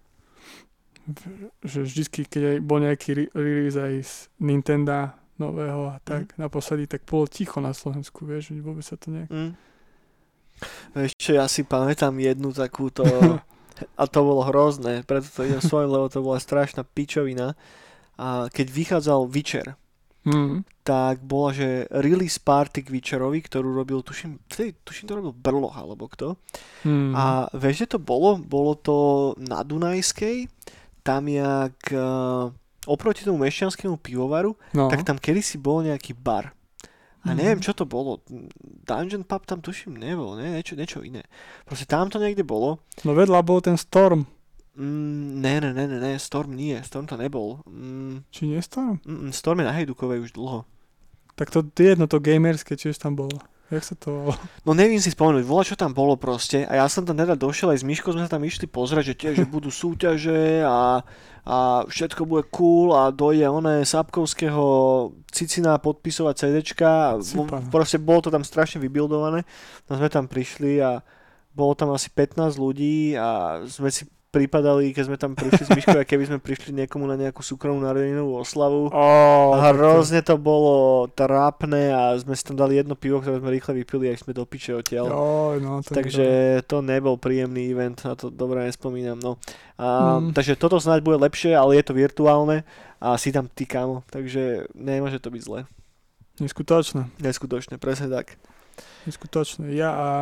že vždycky, keď bol nejaký release aj z Nintendo nového a tak naposledy, tak bolo ticho na Slovensku, vieš, že vôbec sa to nejak... Vieš čo, ja si pamätám jednu takúto, a to bolo hrozné, preto to idem svojím, lebo to bola strašná pičovina. A keď vychádzal Witcher, tak bola, že release party k Witcherovi, ktorú robil, tuším to robil Brloch, alebo kto. A vieš, že to bolo? Bolo to na Dunajskej, tam jak oproti tomu mešťanskému pivovaru, tak tam kedysi bol nejaký bar. A neviem, čo to bolo. Dungeon Pub tam tuším nebol, niečo iné. Proste tam to niekde bolo. No vedľa bol ten Storm. Ne, Storm nie, Storm to nebol. Či nie Storm? Storm je na Hejdukovej už dlho. Tak to jedno, to gamerské, či už tam bolo. Jak sa to volalo? No neviem si spomenúť, čo tam bolo proste a ja som tam teda došiel aj s Myškou, sme sa tam išli pozrieť, že tiež budú súťaže a všetko bude cool a dojde Sapkovského Cicina podpisovať CDčka. Proste bolo to tam strašne vybuildované. No sme tam prišli a bolo tam asi 15 ľudí a sme si pripadali, keď sme tam prišli s Myškou, a keby sme prišli niekomu na nejakú súkromnú narodeninovú oslavu. A hrozne to bolo trápne a sme si tam dali jedno pivo, ktoré sme rýchle vypili a sme do piče odtiaľ. Takže to nebol príjemný event, na to dobre nespomínam. No. Takže toto snáď bude lepšie, ale je to virtuálne a si tam ty kámo, takže nemôže to byť zle. Neskutočné, presne tak. Neskutočné. Ja a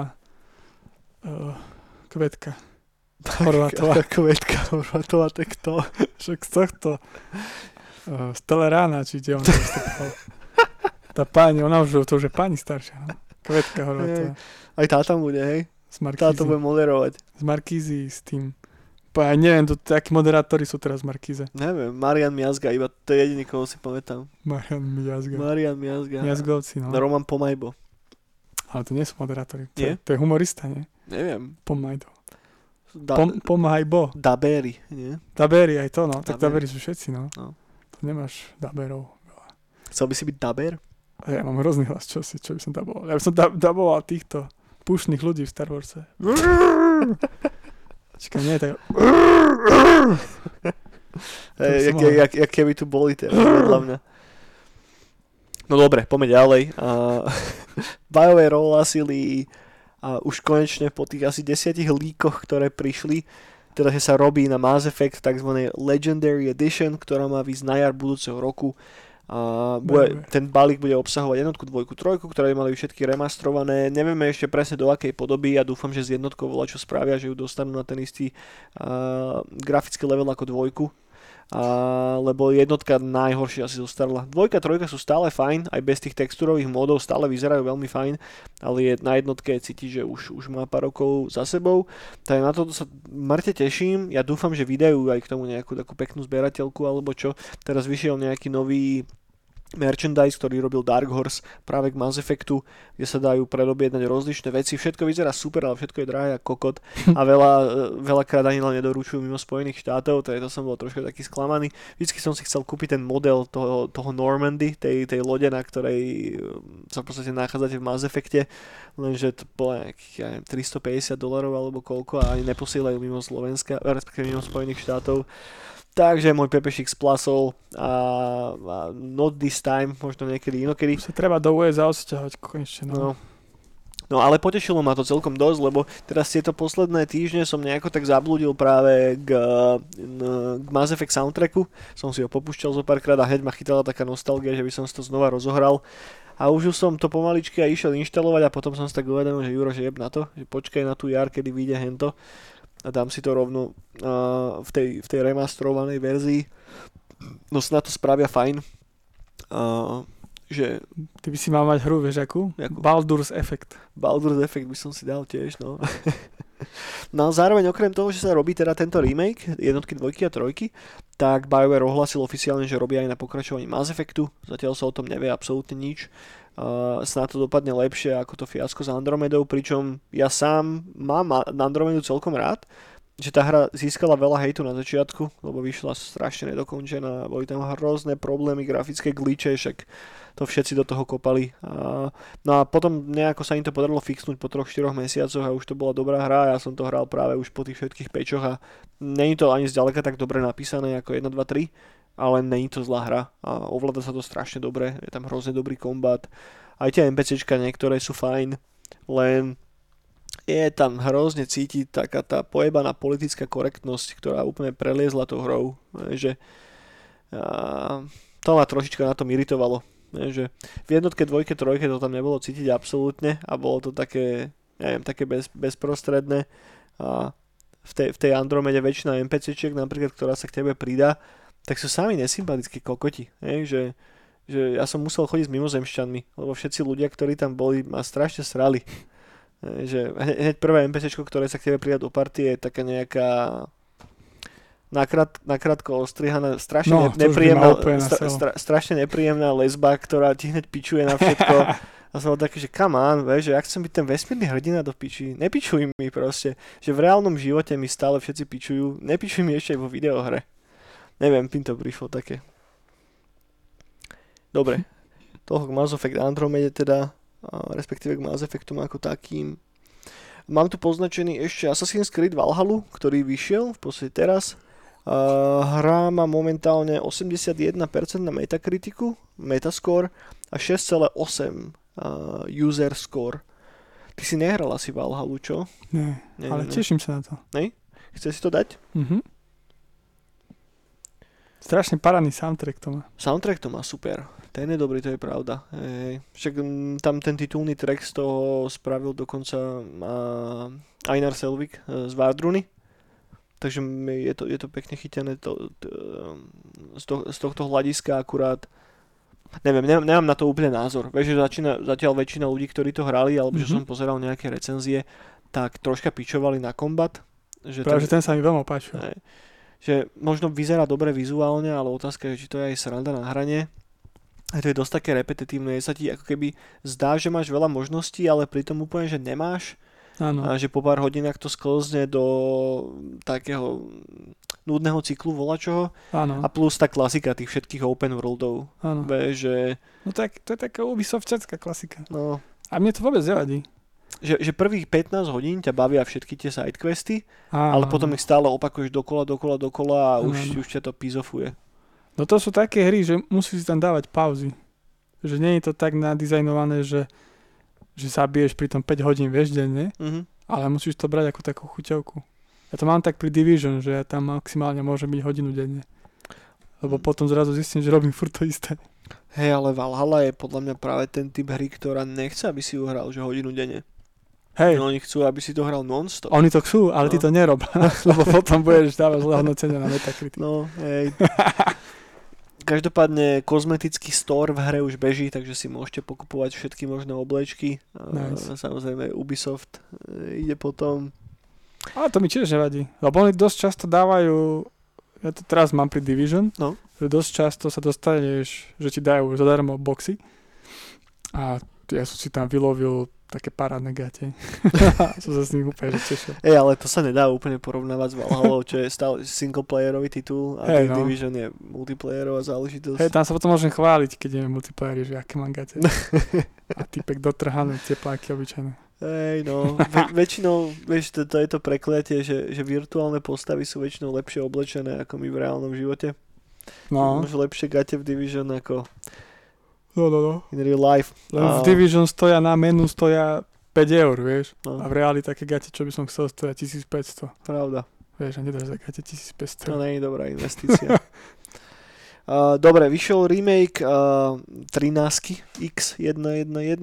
Kvetka. Horvátová. Kvetka Horvátová, to je kto? Však z tohto z Telerána, či kde on vystupoval. Tá pani, ona už je pani staršia, no? Kvetka Horvátová. Aj tá tam bude, hej? Z Markízy. Táto bude moderovať. Z Markízy s tým. Ja neviem, akí moderátori sú teraz v Markíze. Neviem, Marian Miazga, iba to je jediný, koho si pamätám. Marian Miazga. Miazgovci, no. Roman Pomajbo. Ale to nie sú moderátori. Nie? To je humorista, nie? Neviem. Pomajdo. Pomajbo. Dabery, nie? Dabery, aj to, no. Tak Dabery sú všetci, no. To nemáš Daberov. Chcel by si byť Daber? Ja mám hrozný hlas, čo by som daboval. Ja by som daboval týchto pušných ľudí v Star Warse. Čakaj, nie, tak... Jak keby tu boli teraz, podľa mňa. No dobre, poďme ďalej. BioWare ohlasili už konečne po tých asi 10 líkoch, ktoré prišli, teda že sa robí na Mass Effect tzv. Legendary Edition, ktorá má výsť na jar budúceho roku. Ten balík bude obsahovať jednotku, dvojku, trojku, ktoré mali všetky remastrované. Nevieme ešte presne do akej podoby. Ja dúfam, že s jednotkou čo spravia, že ju dostanú na ten istý grafický level ako dvojku. Lebo jednotka najhoršie asi zostarla. Dvojka, trojka sú stále fajn, aj bez tých textúrových módov stále vyzerajú veľmi fajn, ale na jednotke cíti, že už má pár rokov za sebou. Tak na to sa mŕte teším. Ja dúfam, že vydajú aj k tomu nejakú takú peknú zberateľku alebo čo. Teraz vyšiel nejaký nový merchandise, ktorý robil Dark Horse práve k Mass Effectu, kde sa dajú predobjednať rozličné veci. Všetko vyzerá super, ale všetko je drahé ako kokot a veľakrát ani len nedoručujú mimo Spojených štátov, to som bol trošku taký sklamaný. Vždycky som si chcel kúpiť ten model toho Normandy, tej lode, na ktorej sa v podstate nachádzate v Mass Effecte, lenže to bolo nejakých $350 alebo koľko a ani neposielajú mimo Slovenska, respektíve mimo Spojených štátov. Takže môj pepešik splasol a not this time, možno niekedy inokedy. Sa treba do USA odsťahovať konečne. No ale potešilo ma to celkom dosť, lebo teraz tieto posledné týždne som nejako tak zablúdil práve k Mass Effect soundtracku. Som si ho popúšťal zo párkrát a hneď ma chytala taká nostalgia, že by som si to znova rozohral. A už som to pomaličky aj išiel inštalovať a potom som si tak uvedomil, že Juro, že jeb na to, že počkaj na tú jar, kedy vyjde hento. A dám si to rovno v tej remasterovanej verzii. No snad to spravia fajn. Že... Ty by si mal mať hru, vieš akú? Baldur's Effect. Baldur's Effect by som si dal tiež, no. No a zároveň okrem toho, že sa robí teda tento remake, jednotky, dvojky a trojky, tak BioWare ohlasil oficiálne, že robí aj na pokračovaní Mass Effectu. Zatiaľ sa o tom nevie absolútne nič. Snáď to dopadne lepšie ako to fiasko s Andromedou, pričom ja sám mám Andromedu celkom rád, že tá hra získala veľa hejtu na začiatku, lebo vyšla strašne nedokončená, boli tam hrozné problémy, grafické glitche, však to všetci do toho kopali. No a potom nejako sa im to podarilo fixnúť po 3-4 mesiacoch a už to bola dobrá hra a ja som to hral práve už po tých všetkých pečoch a nie je to ani zďaleka tak dobre napísané ako 1, 2, 3, ale nie je to zlá hra a ovláda sa to strašne dobre, je tam hrozne dobrý kombat. Aj tie NPCčka niektoré sú fajn, len je tam hrozne cítiť taká tá pojebaná politická korektnosť, ktorá úplne preliezla tou hrou. Že to ma trošička na tom iritovalo. Že v jednotke, dvojke, trojke to tam nebolo cítiť absolútne a bolo to také, neviem, také bezprostredné. A v tej Andromede väčšina NPCčiek napríklad, ktorá sa k tebe pridá, tak sú sami nesympatickí kokoti. Že ja som musel chodiť s mimozemšťanmi, lebo všetci ľudia, ktorí tam boli, ma strašne srali. Že hneď prvé NPCčko, ktoré sa k tebe pridá do partie, je taká nejaká nakrátko ostrihaná, strašne nepríjemná lesba, ktorá ti hneď pičuje na všetko. A som bol taký, že come on, že ja chcem byť ten vesmírny hrdina do piči. Nepičuj mi proste. Že v reálnom živote mi stále všetci pičujú. Nepičuj mi ešte aj vo videohre. Neviem, mi to prišlo také. Dobre. Toho k Mass Effect Andromede teda, respektíve k Mass Effectom ako takým. Mám tu poznačený ešte Assassin's Creed Valhalla, ktorý vyšiel v podstate teraz. Hra má momentálne 81% na Metacriticu, Metascore a 6,8 user score. Ty si nehral asi Valhallu, čo? Nie, ale teším sa na to. Nej? Chceš si to dať? Strašne paraný soundtrack to má. Soundtrack to má super. Ten je dobrý, to je pravda. Však tam ten titulný track z toho spravil dokonca Einar Selvik z Vardruny. Takže je to pekne chytené z tohto hľadiska akurát. Neviem, nemám na to úplne názor. Vieš, že zatiaľ väčšina ľudí, ktorí to hrali, alebo že som pozeral nejaké recenzie, tak troška pičovali na kombat. Práve, že ten sa mi veľmi páčil. Že možno vyzerá dobre vizuálne, ale otázka je, či to je aj sranda na hranie. A to je dosť také repetitívne, sa ti ako keby zdá, že máš veľa možností, ale pritom úplne, že nemáš. Áno. A že po pár hodinách to sklzne do takého núdneho cyklu volačoho. Áno. A plus tá klasika tých všetkých open worldov. Áno. Že... No tak, to je taká Ubisoftská klasika. No. A mne to vôbec nevadí. Že prvých 15 hodín ťa bavia všetky tie sidequesty, ale potom ich stále opakuješ dokola a už ťa to pizofuje. No to sú také hry, že musíš si tam dávať pauzy. Že nie je to tak nadizajnované, že zabiješ pri tom 5 hodín, vieš, denne, ale musíš to brať ako takú chuťovku. Ja to mám tak pri Division, že ja tam maximálne môžem byť hodinu denne. Lebo potom zrazu zistím, že robím furt to isté. Hej, ale Valhalla je podľa mňa práve ten typ hry, ktorá nechce, aby si ju hral, že hodinu denne. Hej. No, oni chcú, aby si to hral non-stop. Oni to chcú, ale ty to nerob. Lebo potom budeš dávať zlé hodnotenia na Metacritic. No, hej. Každopádne kozmetický store v hre už beží, takže si môžete pokupovať všetky možné oblečky. Nice. Samozrejme Ubisoft ide potom. Ale to mi tiež nevadí. Lebo oni dosť často dávajú, ja to teraz mám pri Division, že dosť často sa dostaneš, že ti dajú zadarmo boxy. A ja som si tam vylovil také parádne gate. Som sa s nich úplne tešil. Ale to sa nedá úplne porovnávať s Valhallou, čo je stále singleplayerový titul a Division je multiplayerová záležitosť. Tam sa potom môžem chváliť, keď ideme multiplayery, že aké mám gate. A typek dotrhané, tepláky obyčajné. Väčšinou, vieš, to je to prekliatie, že virtuálne postavy sú väčšinou lepšie oblečené ako my v reálnom živote. No. Máš lepšie gate v Division ako No. in real life. Len v Division na menu stoja 5 eur, vieš. No. A v reáli také gate, čo by som chcel, stoja 1500. Pravda. Vieš, a nedáš za gate 1500. To nie je dobrá investícia. Dobre, vyšiel remake 13 X111.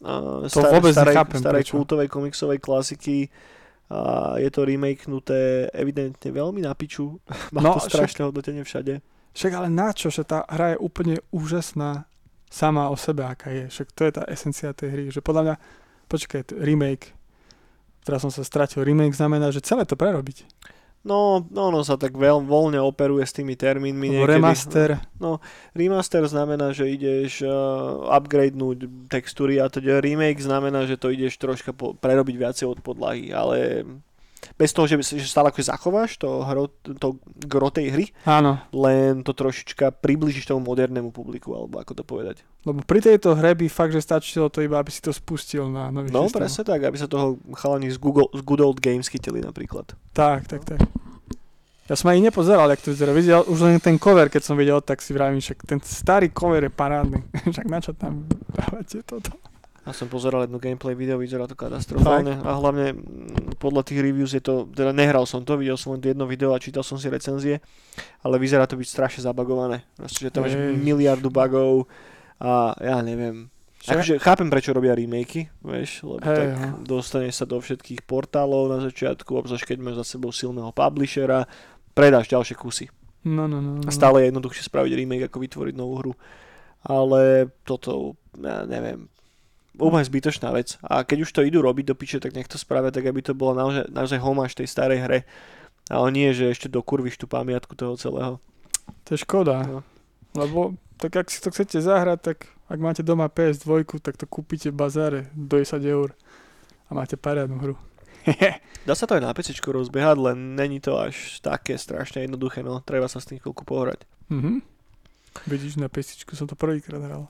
Starej kultovej komiksovej klasiky. Je to remakenuté evidentne veľmi na piču. Má to strašné hodnotenie všade. Však ale na čo, že tá hra je úplne úžasná sama o sebe, aká je. Však to je tá esencia tej hry. Že podľa mňa, počkaj, remake, teraz som sa stratil, remake znamená, že celé to prerobiť. No sa tak voľne operuje s tými termínmi. Remaster. No, remaster znamená, že ideš upgradenúť textúry a teda remake znamená, že to ideš troška prerobiť viacej od podlahy, ale bez toho, že stále ako zachováš to gro tej hry. Áno. Len to trošička priblížiš tomu modernému publiku, alebo ako to povedať. Lebo pri tejto hre by fakt, že stačilo to iba, aby si to spustil na nový systém. No, presne tak, aby sa toho chalani z Good Old Games chytili napríklad. Tak. Ja som aj nepozeral, jak to vyzerá. Videl už len ten cover, keď som videl, tak si vravím, však ten starý cover je parádny. Však na čo tam dávate toto? Ja som pozeral jedno gameplay video, vyzerá to katastrofálne a hlavne podľa tých reviews je to, teda nehral som to, videl som len jedno video a čítal som si recenzie, ale vyzerá to byť strašne zabagované. Proste, že tam máš miliardu bugov a ja neviem. Akože chápem, prečo robia remakey, vieš, lebo tak dostaneš sa do všetkých portálov na začiatku, obzvlášť keď máš za sebou silného publishera, predáš ďalšie kusy. No. A stále je jednoduchšie spraviť remake, ako vytvoriť novú hru. Ale toto, ja neviem, úplne zbytočná vec. A keď už to idú robiť do piče, tak nech to spravia tak, aby to bolo naozaj homáž tej starej hre. Ale nie, že ešte dokurvíš tú pamiatku toho celého. To je škoda. No. Lebo tak ak si to chcete zahrať, tak ak máte doma PS2, tak to kúpite v bazáre do 10 eur a máte poriadnu hru. Dá sa to aj na PCčku rozbiehať, len není to až také strašne jednoduché, no treba sa s tým chvíľku pohrať. Vidíš, na PCčku som to prvýkrát hral.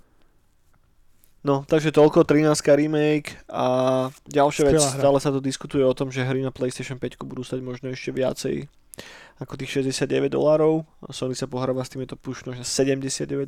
No, takže toľko 13 remake a ďalšia vec, stále sa tu diskutuje o tom, že hry na PlayStation 5 budú stať možno ešte viacej ako tých $69. Sony sa pohráva s tým, je to pušno, že $79.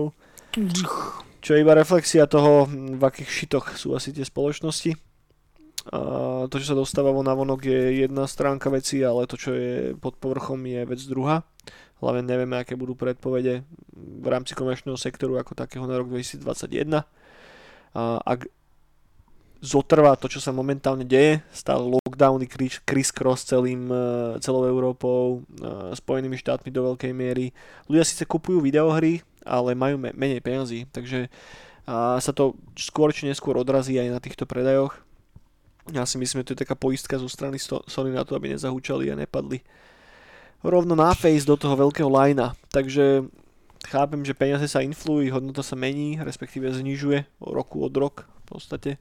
Čo je iba reflexia toho, v akých šitoch sú asi tie spoločnosti. A to, čo sa dostáva von na vonok, je jedna stránka veci, ale to, čo je pod povrchom, je vec druhá. Hlavne nevieme, aké budú predpovede v rámci komerčného sektoru ako takého na rok 2021. A ak zotrvá to, čo sa momentálne deje, stále lockdowny criss-cross celou Európou, Spojenými štátmi do veľkej miery. Ľudia síce kupujú videohry, ale majú menej peniazy, takže sa to skôr či neskôr odrazí aj na týchto predajoch. Ja si myslím, že to je taká poistka zo strany Sony na to, aby nezahúčali a nepadli rovno na face do toho veľkého linea. Takže chápem, že peniaze sa influjú, hodnota sa mení, respektíve znižuje roku od rok v podstate.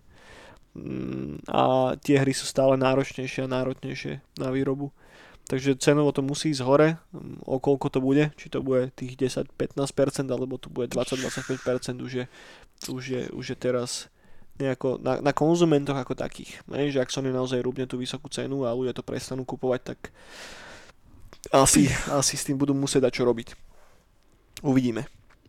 A tie hry sú stále náročnejšie a náročnejšie na výrobu. Takže cenovo to musí ísť hore, o koľko to bude, či to bude tých 10-15%, alebo to bude 20-25%, už je teraz nejako na konzumentoch ako takých. Že ak Sony naozaj rúbne tú vysokú cenu a ľudia to prestanú kupovať, tak asi s tým budú musieť dať čo robiť. Uvidíme.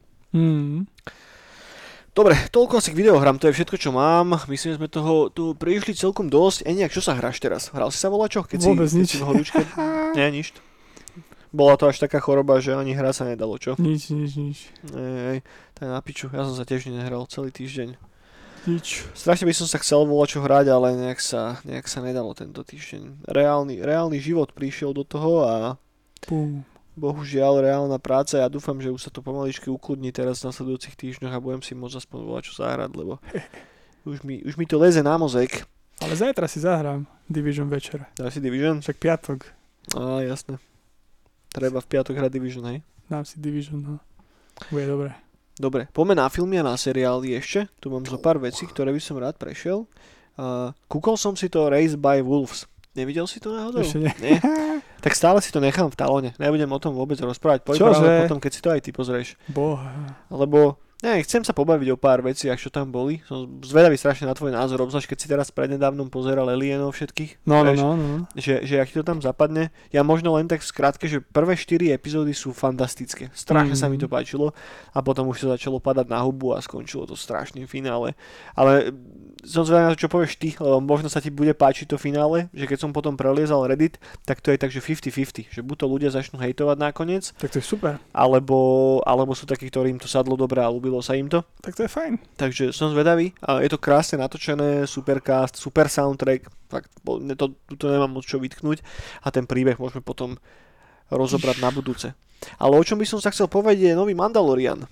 Dobre, toľko asi k videohrám, to je všetko, čo mám. Myslím, že sme toho tu prišli celkom dosť. Eniak, čo sa hráš teraz? Hral si sa volačo? Vôbec nič. Nie, nič. Bola to až taká choroba, že ani hrať sa nedalo, čo? Nič. To je na piču. Ja som sa tiež nehral celý týždeň. Nič. Strašne by som sa chcel volačo hrať, ale nejak sa nedalo tento týždeň. Reálny život prišiel do toho a bohužiaľ reálna práca. Ja dúfam, že už sa to pomaličky ukludní teraz v nasledujúcich týždňoch a budem si môcť aspoň volačo zahrať, lebo už mi to leze na mozek. Ale zajtra si zahrám Division večer. Dáš si Division? Však piatok. Á, jasné. Treba v piatok hrať Division, hej? Dám si Division, no. Bude dobré. Dobre, poďme na filmy a na seriály ešte. Tu mám zo pár vecí, ktoré by som rád prešiel. Kúkol som si to Raised by Wolves. Nevidel si to náhodou? Ešte nie. Nie? Tak stále si to nechám v talóne. Nebudem o tom vôbec rozprávať. Poď práve potom, keď si to aj ty pozrieš. Boha. Lebo chcem sa pobaviť o pár veciach, čo tam boli. Som zvedavý strašne na tvoj názor, obzvlášť keď si teraz prednedávnom pozeral Alienov všetkých. No. Že ak ti to tam zapadne. Ja možno len tak v skratke, že prvé 4 epizódy sú fantastické. Strašne sa mi to páčilo a potom už sa začalo padať na hubu a skončilo to strašným finále. Ale som zvedavý na to, čo povieš ty, lebo možno sa ti bude páčiť to finále, že keď som potom preliezal Reddit, tak to je tak, že 50-50, že buď to ľudia začnú hejtovať nakoniec. Tak to je super. Alebo sú takí, ktorým to sadlo dobre a ľúbilo sa im to. Tak to je fajn. Takže som zvedavý a je to krásne natočené, super cast, super soundtrack, fakt, to nemám moc čo vytknúť a ten príbeh môžeme potom rozobrať na budúce. Ale o čom by som sa chcel povedať je nový Mandalorian.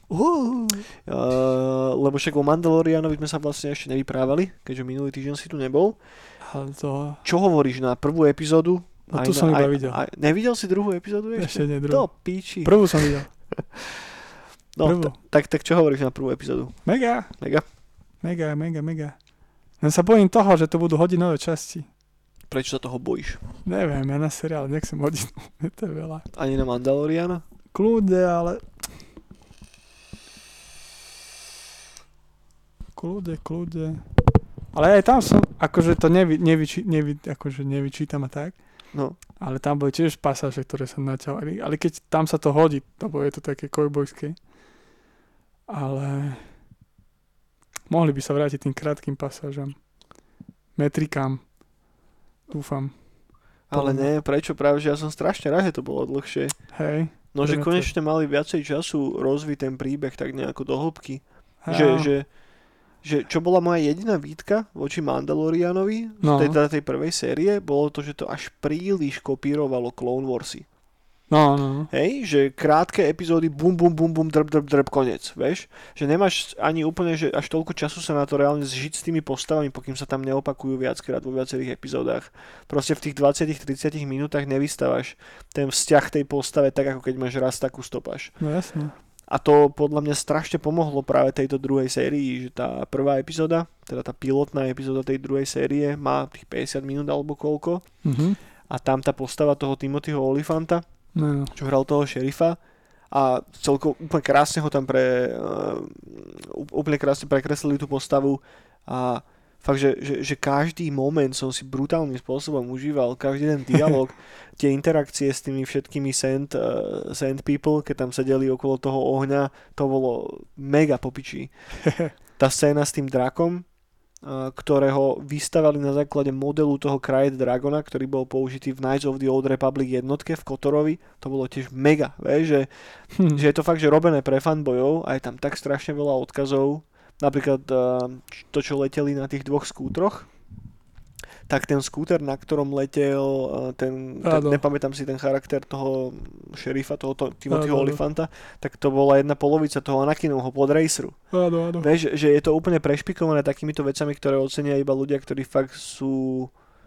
Lebo však o Mandalorianovi sme sa vlastne ešte nevyprávali, keďže minulý týždeň si tu nebol. Čo hovoríš na prvú epizódu? No tu som iba videl. Nevidel si druhú epizódu ešte? Ešte nie, druhú. To píči. Prvú som videl. No, tak čo hovoríš na prvú epizódu? Mega. Len sa bojím toho, že to budú hodinové časti. Prečo sa toho bojíš? Neviem, ja na seriál nechcem hodinu. To je veľa. Ani na Mandaloriana? Kľudne, ale... Kľudne. Ale aj tam som, akože to nevyčítam a tak. No. Ale tam boli tiež pasáže, ktoré sa naťahovali. Ale keď tam sa to hodí, lebo je to také cowboyské. Ale... Mohli by sa vrátiť tým krátkým pasážam. Metrikám. Dúfam. Ale nie, prečo? Práve, že ja som strašne rád, že to bolo dlhšie. Hej. No, že konečne mali viacej času rozviť ten príbeh tak nejako do hĺbky. Že čo bola moja jediná výtka voči Mandalorianovi z tej prvej série, bolo to, že to až príliš kopírovalo Clone Warsy. No. Hej, že krátke epizódy, bum, drb, konec, vieš? Že nemáš ani úplne, že až toľko času sa na to reálne zžiť s tými postavami, pokým sa tam neopakujú viackrát vo viacerých epizódach. Proste v tých 20-30 minútach nevystávaš ten vzťah tej postave tak, ako keď máš raz takú stopáž. No jasne. A to podľa mňa strašne pomohlo práve tejto druhej sérii, že tá prvá epizóda, teda tá pilotná epizóda tej druhej série má tých 50 minút alebo koľko. A tam tá postava toho Timothyho Olyphanta, čo hral toho šerifa a celkom úplne krásne ho tam úplne krásne prekreslili tú postavu a fakt, že každý moment som si brutálnym spôsobom užíval, každý ten dialog, tie interakcie s tými všetkými sand people, keď tam sedeli okolo toho ohňa, to bolo mega popičí. Tá scéna s tým drakom, ktorého vystavali na základe modelu toho Krayt Dragona, ktorý bol použitý v Knights of the Old Republic jednotke v Kotorovi, to bolo tiež mega, že je to fakt, že robené pre fanbojov a je tam tak strašne veľa odkazov, napríklad to, čo leteli na tých dvoch skútroch, tak ten skúter, na ktorom letel nepamätám si ten charakter toho šerifa, toho Timothyho Olyphanta, tak to bola jedna polovica toho Anakinovho podraceru. Vieš, že je to úplne prešpikované takýmito vecami, ktoré ocenia iba ľudia, ktorí fakt sú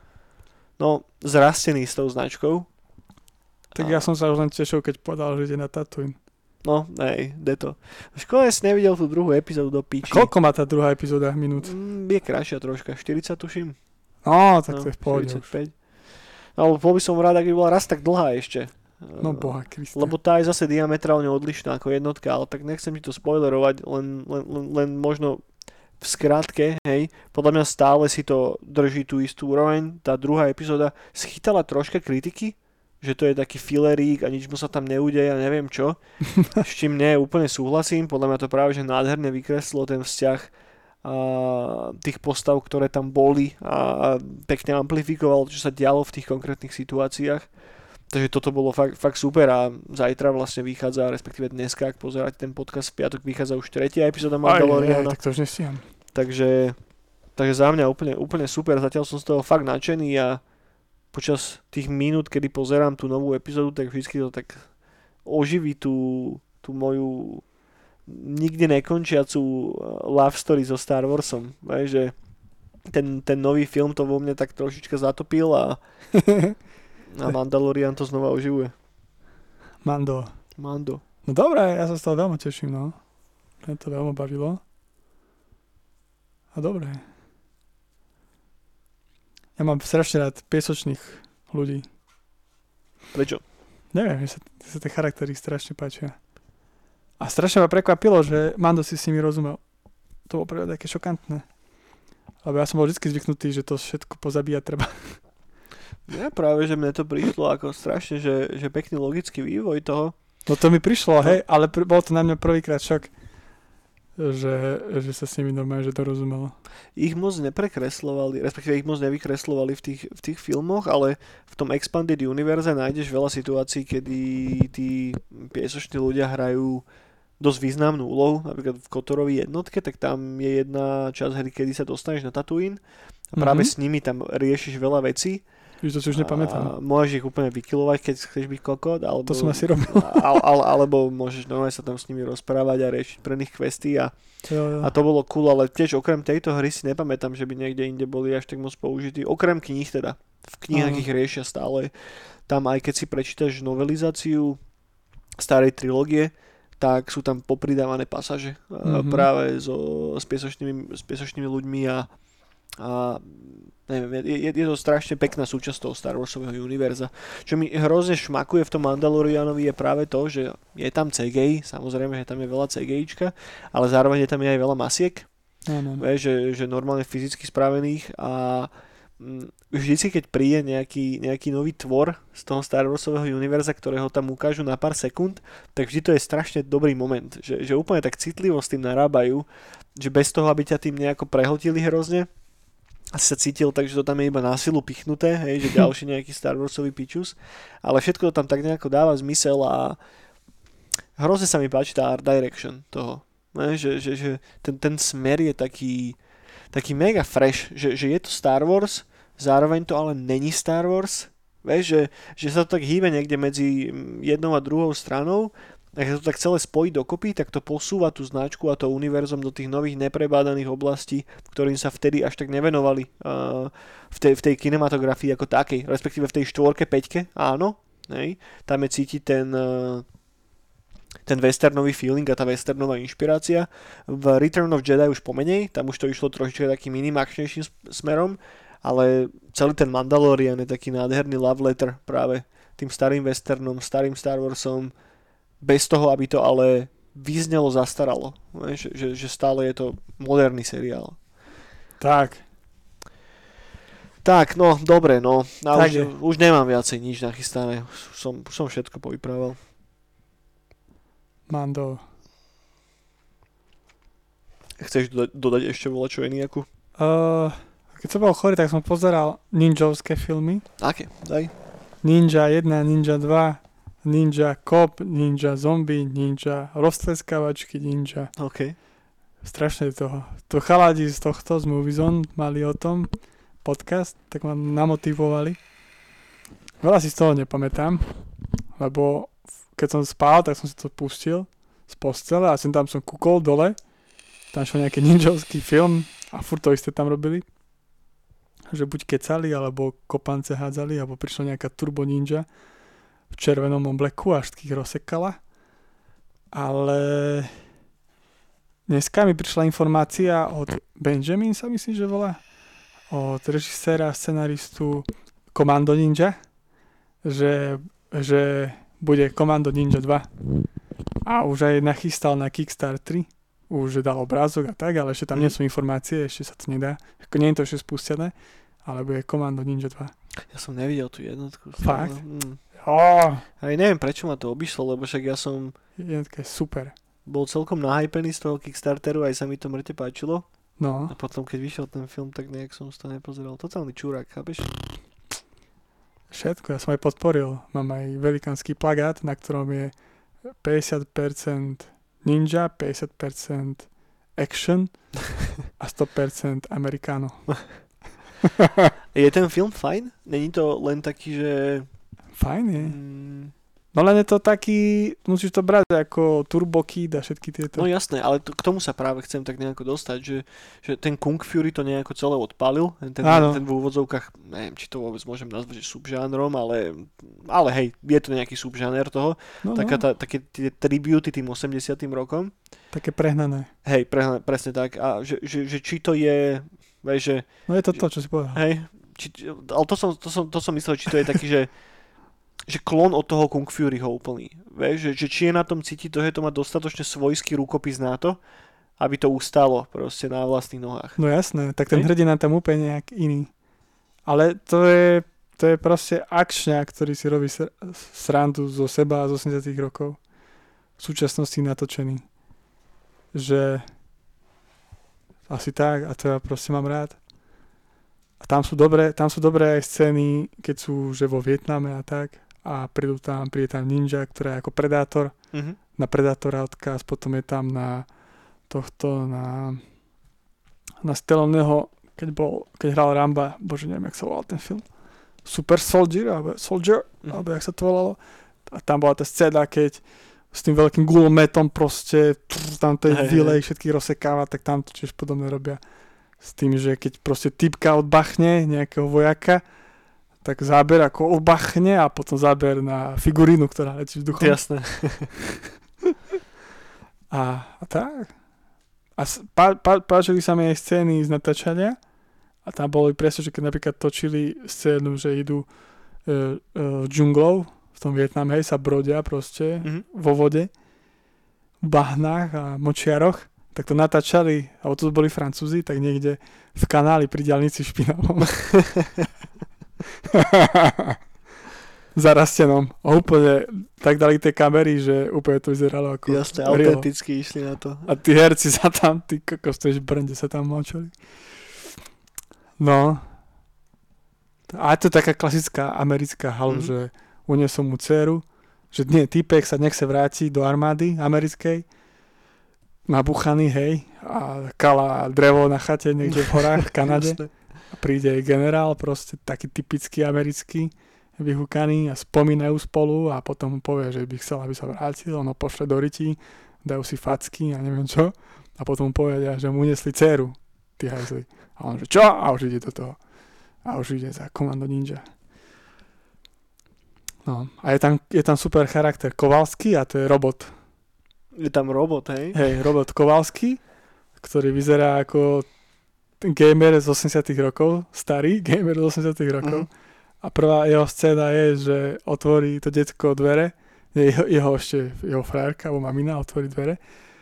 zrastení s tou značkou. Tak ja som sa už len tešil, keď povedal, že ide na Tatooine. No, to. Škoda, si nevidel tú druhú epizódu do piči. A koľko má tá druhá epizóda minút? Je krajšia troška, 40 tuším. No, tak to je v pohode. 45. No, bol by som rád, ak by bola raz tak dlhá ešte. No boha Kriste. Lebo tá je zase diametrálne odlišná ako jednotka, ale tak nechcem ti to spoilerovať, len možno v skratke, hej, podľa mňa stále si to drží tú istú úroveň. Tá druhá epizóda schytala troška kritiky, že to je taký filerík a nič mu sa tam neudeje a neviem čo. S čím nie úplne súhlasím, podľa mňa to práve že nádherne vykreslilo ten vzťah tých postav, ktoré tam boli a pekne amplifikoval, čo sa dialo v tých konkrétnych situáciách. Takže toto bolo fakt super a zajtra vlastne vychádza, respektíve dneska, ak pozeráte ten podcast v piatok, vychádza už 3. epizóda Mandaloriana. Tak to už nestíham. Takže za mňa úplne super, zatiaľ som z toho fakt nadšený a počas tých minút, kedy pozerám tú novú epizódu, tak vždy to tak oživí tú moju nikdy nekončiacu love story so Star Warsom. Že ten nový film to vo mne tak trošička zatopil a Mandalorian to znova oživuje. Mando. No dobré, ja sa z toho veľmi teším, no. Mňa to veľmi bavilo. A dobré. Ja mám strašne rád piesočných ľudí. Prečo? Neviem, že sa tie charaktery strašne páčia. A strašne ma prekvapilo, že Mando si s nimi rozumel. To bolo pre mňa také šokantné. Lebo ja som bol vždy zvyknutý, že to všetko pozabíjať treba. Ja práve, že mne to prišlo ako strašne, že pekný logický vývoj toho. No to mi prišlo, hej, ale bol to na mňa prvýkrát šok, že sa s nimi normálne, že to rozumelo. Ich moc neprekreslovali, respektíve ich moc nevykreslovali v tých filmoch, ale v tom Expanded Universe nájdeš veľa situácií, kedy tí piesoční ľudia hrajú dosť významnú úlohu, napríklad v Kotorovi jednotke, tak tam je jedna časť hry, kedy sa dostaneš na Tatooine a práve s nimi tam riešiš veľa vecí. Víš, to si už nepamätám. Môžeš ich úplne vykilovať, keď chceš byť kokot, alebo, to som asi robil. alebo môžeš normálne sa tam s nimi rozprávať a riešiť pre nich questy a to bolo cool, ale tiež okrem tejto hry si nepamätám, že by niekde inde boli až tak moc použití. Okrem kníh teda. V knihách ich riešia stále. Tam aj keď si prečítaš novelizáciu starej trilógie, tak sú tam popridávané pasáže práve s piesočnými ľuďmi a neviem, je to strašne pekná súčasť toho Star Warsového univerza. Čo mi hrozne šmakuje v tom Mandalorianovi je práve to, že je tam CGI, samozrejme, že tam je veľa CGIčka, ale zároveň je tam aj veľa masiek, že normálne fyzicky spravených a vždycky, keď príde nejaký nový tvor z toho Star Warsového univerza, ktorého tam ukážu na pár sekúnd, tak vždy to je strašne dobrý moment, že úplne tak citlivo s tým narábajú, že bez toho, aby ťa tým nejako prehltili hrozne, asi sa cítil tak, že to tam je iba na silu pichnuté, hej, že ďalší nejaký Star Warsový pičus, ale všetko to tam tak nejako dáva zmysel a hrozne sa mi páči tá art direction toho, ne? Že ten smer je taký mega fresh, že je to Star Wars, zároveň to ale není Star Wars, vieš, že sa to tak hýbe niekde medzi jednou a druhou stranou. Ak sa to tak celé spojí dokopy, tak to posúva tú značku a to univerzum do tých nových neprebádaných oblastí, ktorým sa vtedy až tak nevenovali v tej kinematografii ako takej, respektíve v tej 4, 5, áno, hej, tam je cítiť ten westernový feeling a tá westernová inšpirácia. V Return of Jedi už pomenej, tam už to išlo trošička takým iným akčnejším smerom, ale celý ten Mandalorian je taký nádherný love letter práve tým starým westernom, starým Star Warsom, bez toho, aby to ale vyznelo zastaralo. Že stále je to moderný seriál. Tak, no, dobre, no. Už nemám viacej nič nachystané. Už som všetko povyprával. Mando. Chceš dodať ešte volačo Eniaku? Keď som bol chorý, tak som pozeral ninjovské filmy. Aké? Daj. Ninja 1, Ninja 2, Ninja Cop, Ninja Zombie, Ninja roztleskávačky, Ninja. OK. Strašne toho. To chaladi z tohto, z Moviezone, mali o tom podcast, tak ma namotivovali. Veľa si z toho nepamätám, lebo keď som spal, tak som si to pustil z postele a tam som kúkol dole, tam šiel nejaký ninjovský film a furt to isté tam robili. Že buď kecali, alebo kopance hádzali, alebo prišla nejaká turbo ninja v červenom obleku, až takých rozsekala. Ale dneska mi prišla informácia od Benjamin, sa myslím, že volá, od režiséra, scenaristu Commando Ninja, že bude Commando Ninja 2. A už aj nachystal na Kickstarter, už dal obrázok a tak, ale ešte tam nie sú informácie, ešte sa to nedá. Nie je to ešte spustené, ale bude Commando Ninja 2. Ja som nevidel tú jednotku. Fakt? Aj neviem, prečo ma to obišlo, lebo však ja som... Jednotka je super. Bol celkom nahypený z toho Kickstarteru, aj sa mi to mŕte páčilo. No. A potom, keď vyšiel ten film, tak nejak som to nepozeral. Totálny čurák, chápeš? Všetko, ja som aj podporil. Mám aj velikánsky plagát, na ktorom je 50% ninja, 50% action a 100% americano. Je ten film fajn? Není to len taký, že... Fajn je. No len je to taký, musíš to brať ako Turbo Kid a všetky tieto. No jasné, ale k tomu sa práve chcem tak nejako dostať, že ten Kung Fury to nejako celé odpálil, ten v úvodzovkách, neviem, či to vôbec môžem nazvať, že subžánrom, ale hej, je to nejaký subžáner toho, také tie tributy tým 80. rokom. Také prehnané. Hej, presne tak, a že či to je, vieš, že... No je to to, čo si povedal. Hej, ale to som myslel, či to je taký, že klon od toho Kung Furyho úplný. Vieš, že či je na tom cítiť to, že to má dostatočne svojský rukopis na to, aby to ustálo proste na vlastných nohách. No jasné, tak ten hrdina tam úplne nejak iný. Ale to je proste akčňák, ktorý si robí srandu zo seba z 80 rokov. V súčasnosti natočený. Že asi tak, a to ja proste mám rád. A tam sú dobré aj scény, keď sú že vo Vietname a tak. A príde tam ninja, ktorá je ako predátor. Mm-hmm. Na predátora odkaz, potom je tam na Stalloneho, keď hral Ramba, bože, neviem, jak sa volal ten film. Super Soldier, alebo jak sa to volalo. A tam bola tá scéna, keď s tým veľkým gulometom proste tam tej vylej všetkých rozsekáva, tak tam to tiež podobne robia. S tým, že keď proste typka odbachne nejakého vojaka, tak záber ako odbachne a potom záber na figurínu, ktorá letí vzduchom. Jasné. A tak. A páčili sa mi aj scény z natáčania a tam boli presne, že keď napríklad točili scénu, že idú džunglou v tom Vietname, sa brodia proste vo vode, v bahnách a močiaroch tak to natáčali, alebo to boli Francúzi, tak niekde v kanáli pri diaľnici Špinavom. Zarastenom. A úplne tak dali tie kamery, že úplne to vyzeralo ako... Jasne, autenticky išli na to. A tí herci sa tam, tí kokos, v Brne sa tam močali. No. A to je taká klasická americká že uniesol mu dceru, že nie, týpek sa nechce vrátiť do armády americkej, nabuchaný, hej, a kala drevo na chate niekde v horách v Kanade. A príde generál, proste taký typický americký, vyhúkaný a spomínajú spolu a potom mu povie, že by chcel, aby sa vrátil, ono pošle do ryti, dajú si facky a neviem čo a potom mu povedia, že mu uniesli dceru, tí hajzli. A on že čo? A už ide do toho. A už ide za Komando Ninja. No a je tam super charakter Kovalský a to je robot. Je tam robot, hej? Hej, robot Kovalský, ktorý vyzerá ako gamer z 80 rokov, starý gamer z 80 rokov. A prvá jeho scéna je, že otvorí to decko dvere, jeho frárka alebo mamina otvorí dvere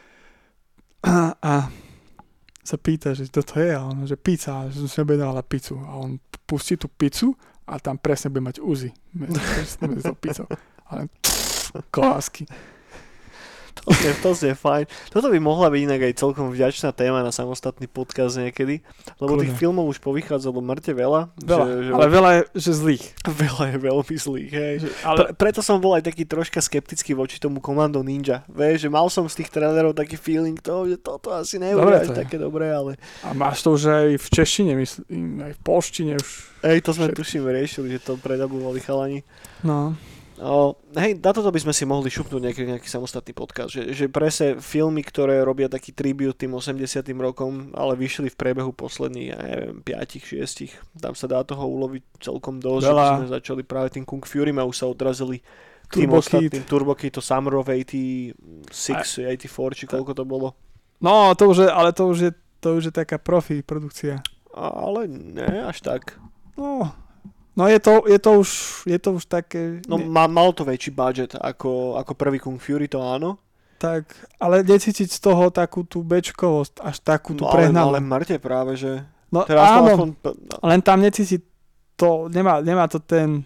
a sa pýta, že toto je, a on, že pizza, že som si objednala pizzu a on pustí tú pizzu a tam presne bude mať uzi medzi tou pizzou. Ale Kovalský. To je fajn. Toto by mohla byť inak aj celkom vďačná téma na samostatný podcast niekedy, lebo tých filmov už povychádzalo mŕte veľa. Ale veľa je, že zlých. Veľa je veľmi zlých, hej. Ale... Preto som bol aj taký troška skeptický voči tomu Komando Ninja. Vieš, že mal som z tých trailerov taký feeling toho, že toto asi nebude až také dobré, ale... A máš to už aj v češtine, myslím, aj v polštine už. Hej, to sme tuším riešili, že to predabovali chalani. No. Hej, na toto by sme si mohli šupnúť nejaký samostatný podcast, že presne filmy, ktoré robia taký tribut tým 80 rokom, ale vyšli v priebehu posledných, ja neviem, 5-6, tam sa dá toho uloviť celkom dosť, že sme začali práve tým Kung Fury a už sa odrazili tým ostatným Turbo Kid, to Summer of 86, 84, či koľko to bolo. No, to už je taká profi produkcia. Ale ne, až tak. No je to už také... No malo to väčší budget ako prvý Kung Fury, to áno. Tak, ale necítiť z toho takú tú bečkovosť, až takú tú prehnanú. Ale mŕte práve, že... No áno, len tam necítiť to, nemá to ten...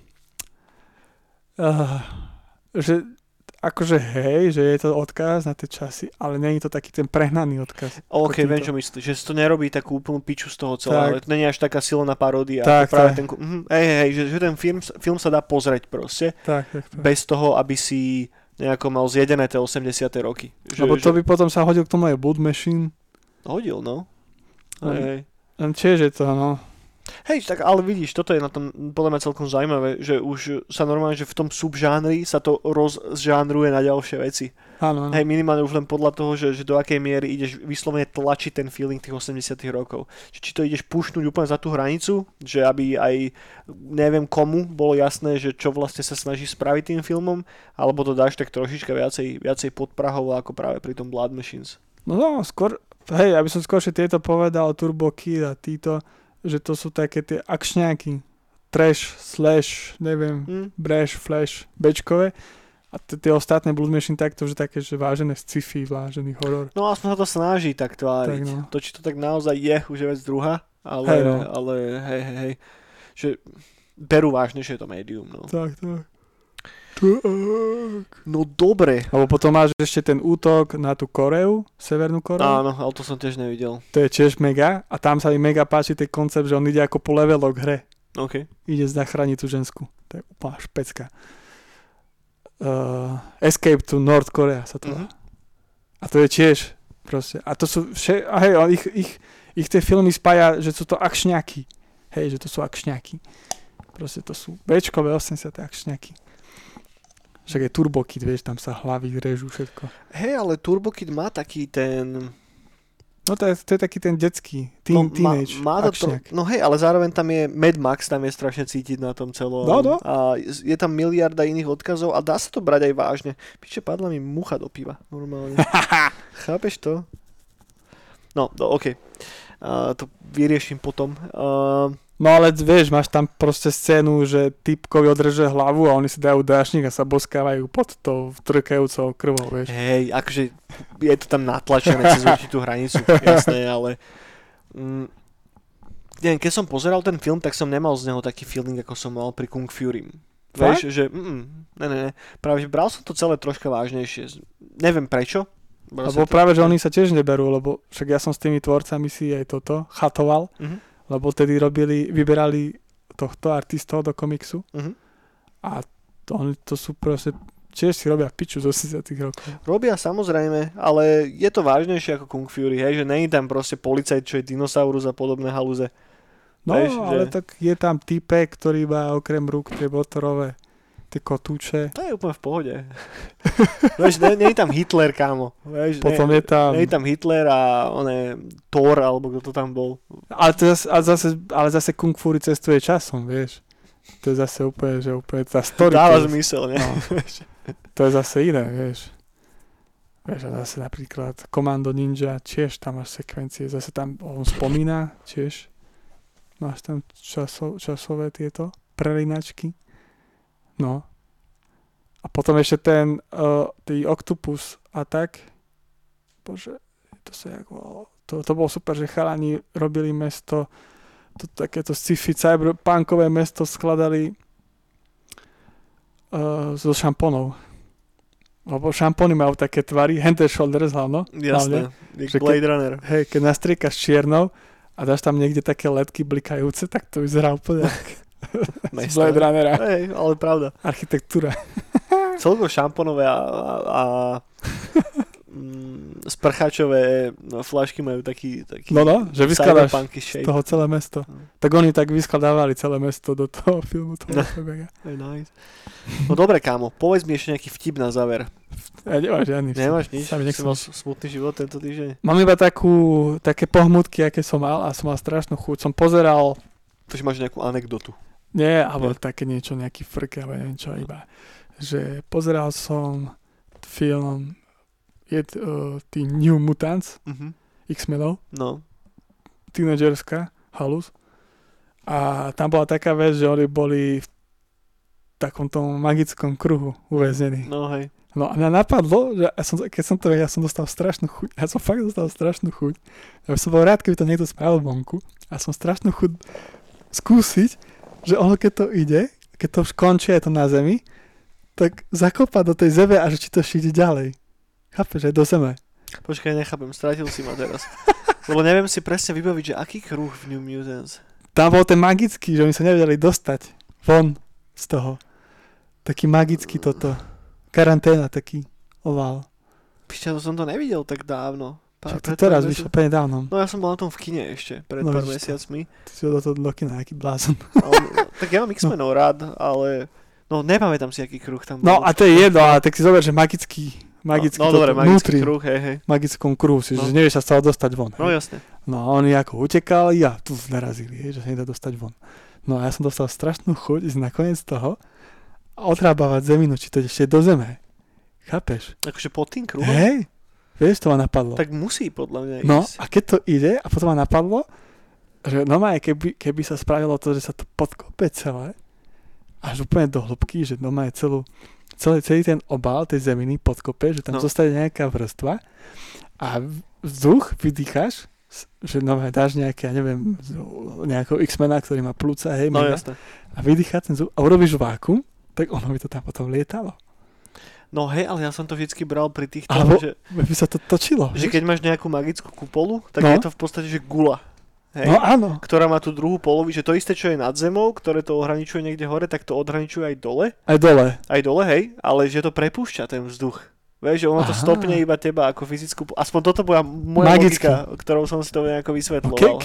že akože hej, že je to odkaz na tie časy, ale nie je to taký ten prehnaný odkaz. OK, viem, čo myslíš, že si to nerobí takú úplnú piču z toho celého, ale to nie je až taká silná paródia. Tak. Že ten film sa dá pozrieť proste, tak. bez toho, aby si nejako mal zjedené tie 80. roky. Lebo to by potom sa hodil k tomu aj Blood Machine. Hodil, no. Len tiež je to, no. Hej, tak ale vidíš, toto je na tom podľa mňa celkom zaujímavé, že už sa normálne, že v tom subžánri sa to rozžánruje na ďalšie veci. Áno. Hej, minimálne už len podľa toho, že do akej miery ideš vyslovene tlačiť ten feeling tých 80 rokov. Či to ideš pušnúť úplne za tú hranicu, že aby aj neviem komu bolo jasné, že čo vlastne sa snaží spraviť tým filmom, alebo to dáš tak trošička viacej podprahovo ako práve pri tom Blood Machines. No, skôr, hej, aby som skôr tieto povedal, Turbo Kid a títo, že to sú také tie akčňáky, trash, slash, neviem, brash, flash, bečkové. A tie ostatné Blood Machine takto, že také, že vážené sci-fi, vážený horor. No aspoň sa to snaží tak tváriť. Tak, no. To, či to tak naozaj je, už je vec druhá, ale hej. Že berú vážne, že je to médium, no. Tak. No dobre. Lebo potom máš ešte ten útok na tú Koreu, Severnú Koreu. Áno, ale to som tiež nevidel. To je tiež mega a tam sa mi mega páči ten koncept, že on ide ako po levelo k hre. OK. Ide zachrániť tú žensku. To je úplná špecka. Escape to North Korea sa to dá. A to je tiež proste. A to sú ich tie filmy spája, že sú to akčňaky. Hej, že to sú akčňaky. Proste to sú Bčkové 80 akčňaky. Však je Turbo Kid, vieš, tam sa hlavy režú všetko. Hej, ale Turbo Kid má taký ten... No to je taký ten detský, teenage akčňak. No hej, ale zároveň tam je Mad Max, tam je strašne cítiť na tom celom. No. A je tam miliarda iných odkazov a dá sa to brať aj vážne. Piče, padla mi mucha do piva, normálne. Chápeš to? No, OK. To vyrieším potom. No ale vieš, máš tam proste scénu, že typkovi odreže hlavu a oni si dajú dášnik a sa boskávajú pod tou trkajúcou krvou, vieš. Hej, akože je to tam natlačené cez určitú hranicu, jasné, ale neviem, keď som pozeral ten film, tak som nemal z neho taký feeling, ako som mal pri Kung Fury. Vieš, že ne. Práve bral som to celé troška vážnejšie. Neviem prečo. Lebo práve, že oni sa tiež neberú, lebo však ja som s tými tvorcami si aj toto chatoval, lebo tedy vyberali tohto artistov do komiksu a oni to sú proste, tiež si robia piču zo 60 rokov. Robia samozrejme, ale je to vážnejšie ako Kung Fury, hej, že nie je tam proste policajt, čo je dinosaurus a podobné halúze. No, vieš, ale že... tak je tam typek, ktorý má okrem rúk tie motorové, tie kotúče. To je úplne v pohode. Vieš, nie je tam Hitler, kámo. Vieš, potom je tam... Nie je tam Hitler a Thor, alebo kto to tam bol. Ale zase Kung Fury cestuje časom, vieš. To je zase úplne, že úplne tá story. Dáva zmysel, ne? No, to je zase iné, vieš. Vieš, a zase napríklad Komando Ninja, tiež tam máš sekvencie, zase tam on spomína, tiež máš tam časové tieto prelinačky. No. A potom ešte ten Octopus Attack. Bože, to sa jak volalo. To bolo super, že chalani robili mesto, to takéto sci-fi cyberpunkové mesto skladali zo šamponov. Lebo šampóny majú také tvary, Head and Shoulders hlavno. Jasné, Blade Runner. Hej, keď nastriekaš čiernou a dáš tam niekde také ledky blikajúce, tak to vyzerá úplne z Blade Runnera. Hej, ale pravda. Architektúra. Celkovo šamponové a sprcháčové fľašky majú taký no, že vyskladáš z toho celé mesto. Tak oni tak vyskladávali celé mesto do toho filmu. Nice. No dobre, kámo, povedz mi ešte nejaký vtip na záver. Ja nemáš žiadny vtip. Nemáš nič? Si mal smutný život tento týždeň? Mám iba také pohmutky, aké som mal a som mal strašnú chuť. Som pozeral... Takže máš nejakú anekdotu. Nie, alebo také niečo, nejaký frk, alebo neviem čo iba. Že pozeral som film tí New Mutants, X-menov, tínedžerská halus. A tam bola taká vec, že oni boli v takom tom magickom kruhu uväznení. No hej. No a mňa napadlo, že keď som to vedel, ja som dostal strašnú chuť. Ja som fakt dostal strašnú chuť. Ja som bol rád, keby to niekto spravil vonku. A som strašnú chuť skúsiť, že ono keď to ide, keď to už končí aj to na zemi, tak zakopať do tej zeme a že či to ide ďalej. Chápeš, aj do zeme. Počkaj, nechápem, stratil si ma teraz. Lebo neviem si presne vybaviť, že aký kruh v New Mutants. Tam bol ten magický, že oni sa nevedeli dostať von z toho. Taký magický toto. Karanténa, taký ovál. Pišťa, to som to nevidel tak dávno. To teraz vyšlo úplne dávno. No ja som bol na tom v kine ešte, pred pár mesiacmi. Ty si do kina, aký blázon. Tak ja mám X-menov rád, ale... No nepamätám si, aký kruh tam bol. No a to je jedno, ale tak si zober, že magický dobre, magický kruh, hej. Magickom kruhu si, že nevieš sa z toho dostať von. No jasne. No a oni ako utekali a tu narazili, že sa nedá dostať von. No a ja som dostal strašnú chuť ísť nakoniec toho a odrábavať zeminu, či to ešte do zeme. Chápeš? Akože pod tým kruhom? Hej, vieš, to ma napadlo. Tak musí podľa mňa ísť. No a keď to ide a potom ma napadlo, že normálne keby sa spravilo to, že sa to podkope celé, až úplne do hĺbky, že normálne celý ten obal tej zeminy podkope, že tam zostane nejaká vrstva a vzduch vydýcháš, že normálne dáš nejaké, ja neviem, nejakého X-mena, ktorý má plúca, hej, a vydýchá ten vzduch a urobíš vákum, tak ono by to tam potom lietalo. No hej, ale ja som to vždycky bral pri týchto, že by sa to točilo. Že keď máš nejakú magickú kupolu, tak je to v podstate, že gula. Hej, no áno. Ktorá má tú druhú polovicu, že to isté, čo je nad zemou, ktoré to ohraničuje niekde hore, tak to ohraničuje aj dole. Aj dole. Aj dole, hej, ale že to prepúšťa ten vzduch. Vieš, že ono to stopne iba teba ako fyzickú... Aspoň toto bola moja logika, ktorou som si to nejako vysvetľoval.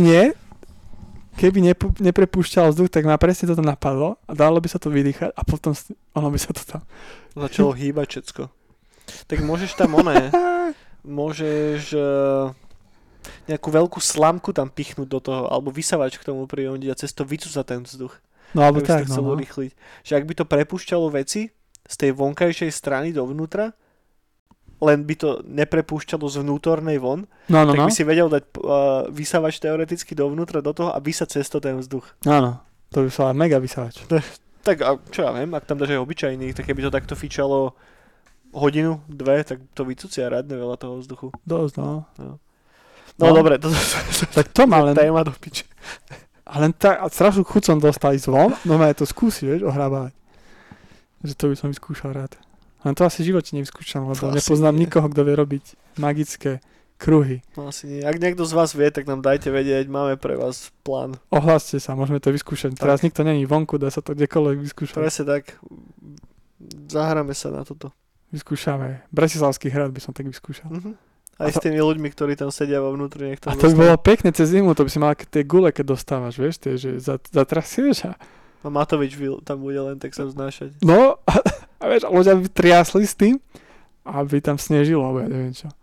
Keby neprepúšťal vzduch, tak ma presne toto napadlo a dalo by sa to vydýchať a potom ono by sa to tam... Začalo hýbať všetko. Tak môžeš tam môžeš nejakú veľkú slamku tam pichnúť do toho, alebo vysavač k tomu prihodiť a cez to vycúcať ten vzduch. No alebo tak, no. Rýchliť. Že ak by to prepúšťalo veci z tej vonkajšej strany dovnútra, len by to neprepúšťalo z vnútornej von, No. tak by si vedel dať vysávač teoreticky dovnútra do toho a vysať cez to ten vzduch. Áno, to by sa mega vysávač. Tak a čo ja viem, ak tam dáš aj obyčajný, tak keby to takto fičalo hodinu, dve, tak to vycucia radne veľa toho vzduchu. Dosť, no. No dobre, to tak to má len... téma do piče. A len tak, a strašnú chuť som dostal ísť von, no ma to skúsi, vieš, ohrávať. Že to by som vyskúšal rád. Len to asi v živote nevyskúšam, lebo To nepoznám asi nie. nikoho, kto vie robiť magické kruhy. No asi nie. Ak niekto z vás vie, tak nám dajte vedieť, máme pre vás plán. Ohláste sa, môžeme to vyskúšať. Tak. Teraz nikto není vonku, dá sa to kdekoľvek vyskúšať. Presne tak. Zahráme sa na toto. Vyskúšame. Bratislavský hrad by som tak vyskúšal. Aj s tými ľuďmi, ktorí tam sedia vo vnútri, nech A tam to by bolo pekné cez zimu, to by si mal tie gule, keď dostávaš, vieš, tie, že zatrasieš a... A Matovič tam bude len tak sa vznášať. No, a vieš, a ľudia by triasli s tým, aby tam snežilo, alebo ja neviem čo.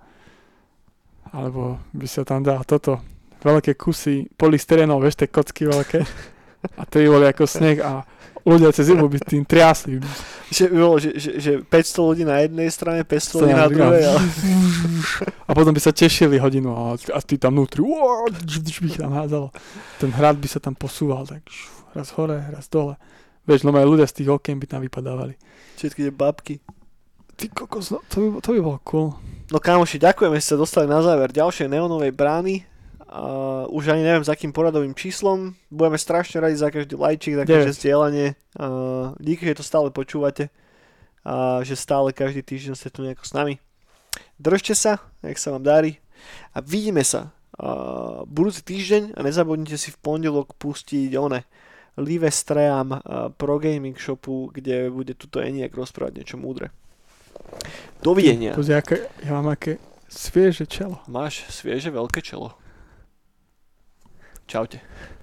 Alebo by sa tam dal toto, veľké kusy polystyrenov, vieš, tie kocky veľké. A to by boli ako sneh a ľudia cez zimu by tým triasli. Že by bolo, že 500 ľudí na jednej strane, 500 ľudí na druhej. Ale... A potom by sa tešili hodinu a ty tam vnútri, by ich tam hádzalo. Ten hrad by sa tam posúval, tak raz hore, raz dole. Vieš, no aj ľudia z tých okien by tam vypadávali. Všetky tie babky. Ty kokos, no, to by bolo cool. No kámoši, ďakujeme, že ste dostali na záver ďalšej neonovej brány. Už ani neviem, za akým poradovým číslom. Budeme strašne radi za každý lajčík, za každé zdieľanie. Díky, že to stále počúvate. A že stále každý týždeň ste tu nejako s nami. Držte sa, nech sa vám darí. A vidíme sa budúci týždeň a nezabudnite si v pondelok pustiť Live Stream Pro Gaming Shopu, kde bude tuto Eniak rozprávať niečo múdre. Dovidenia. Pozri, ja mám aké svieže čelo. Máš svieže veľké čelo. Čaute.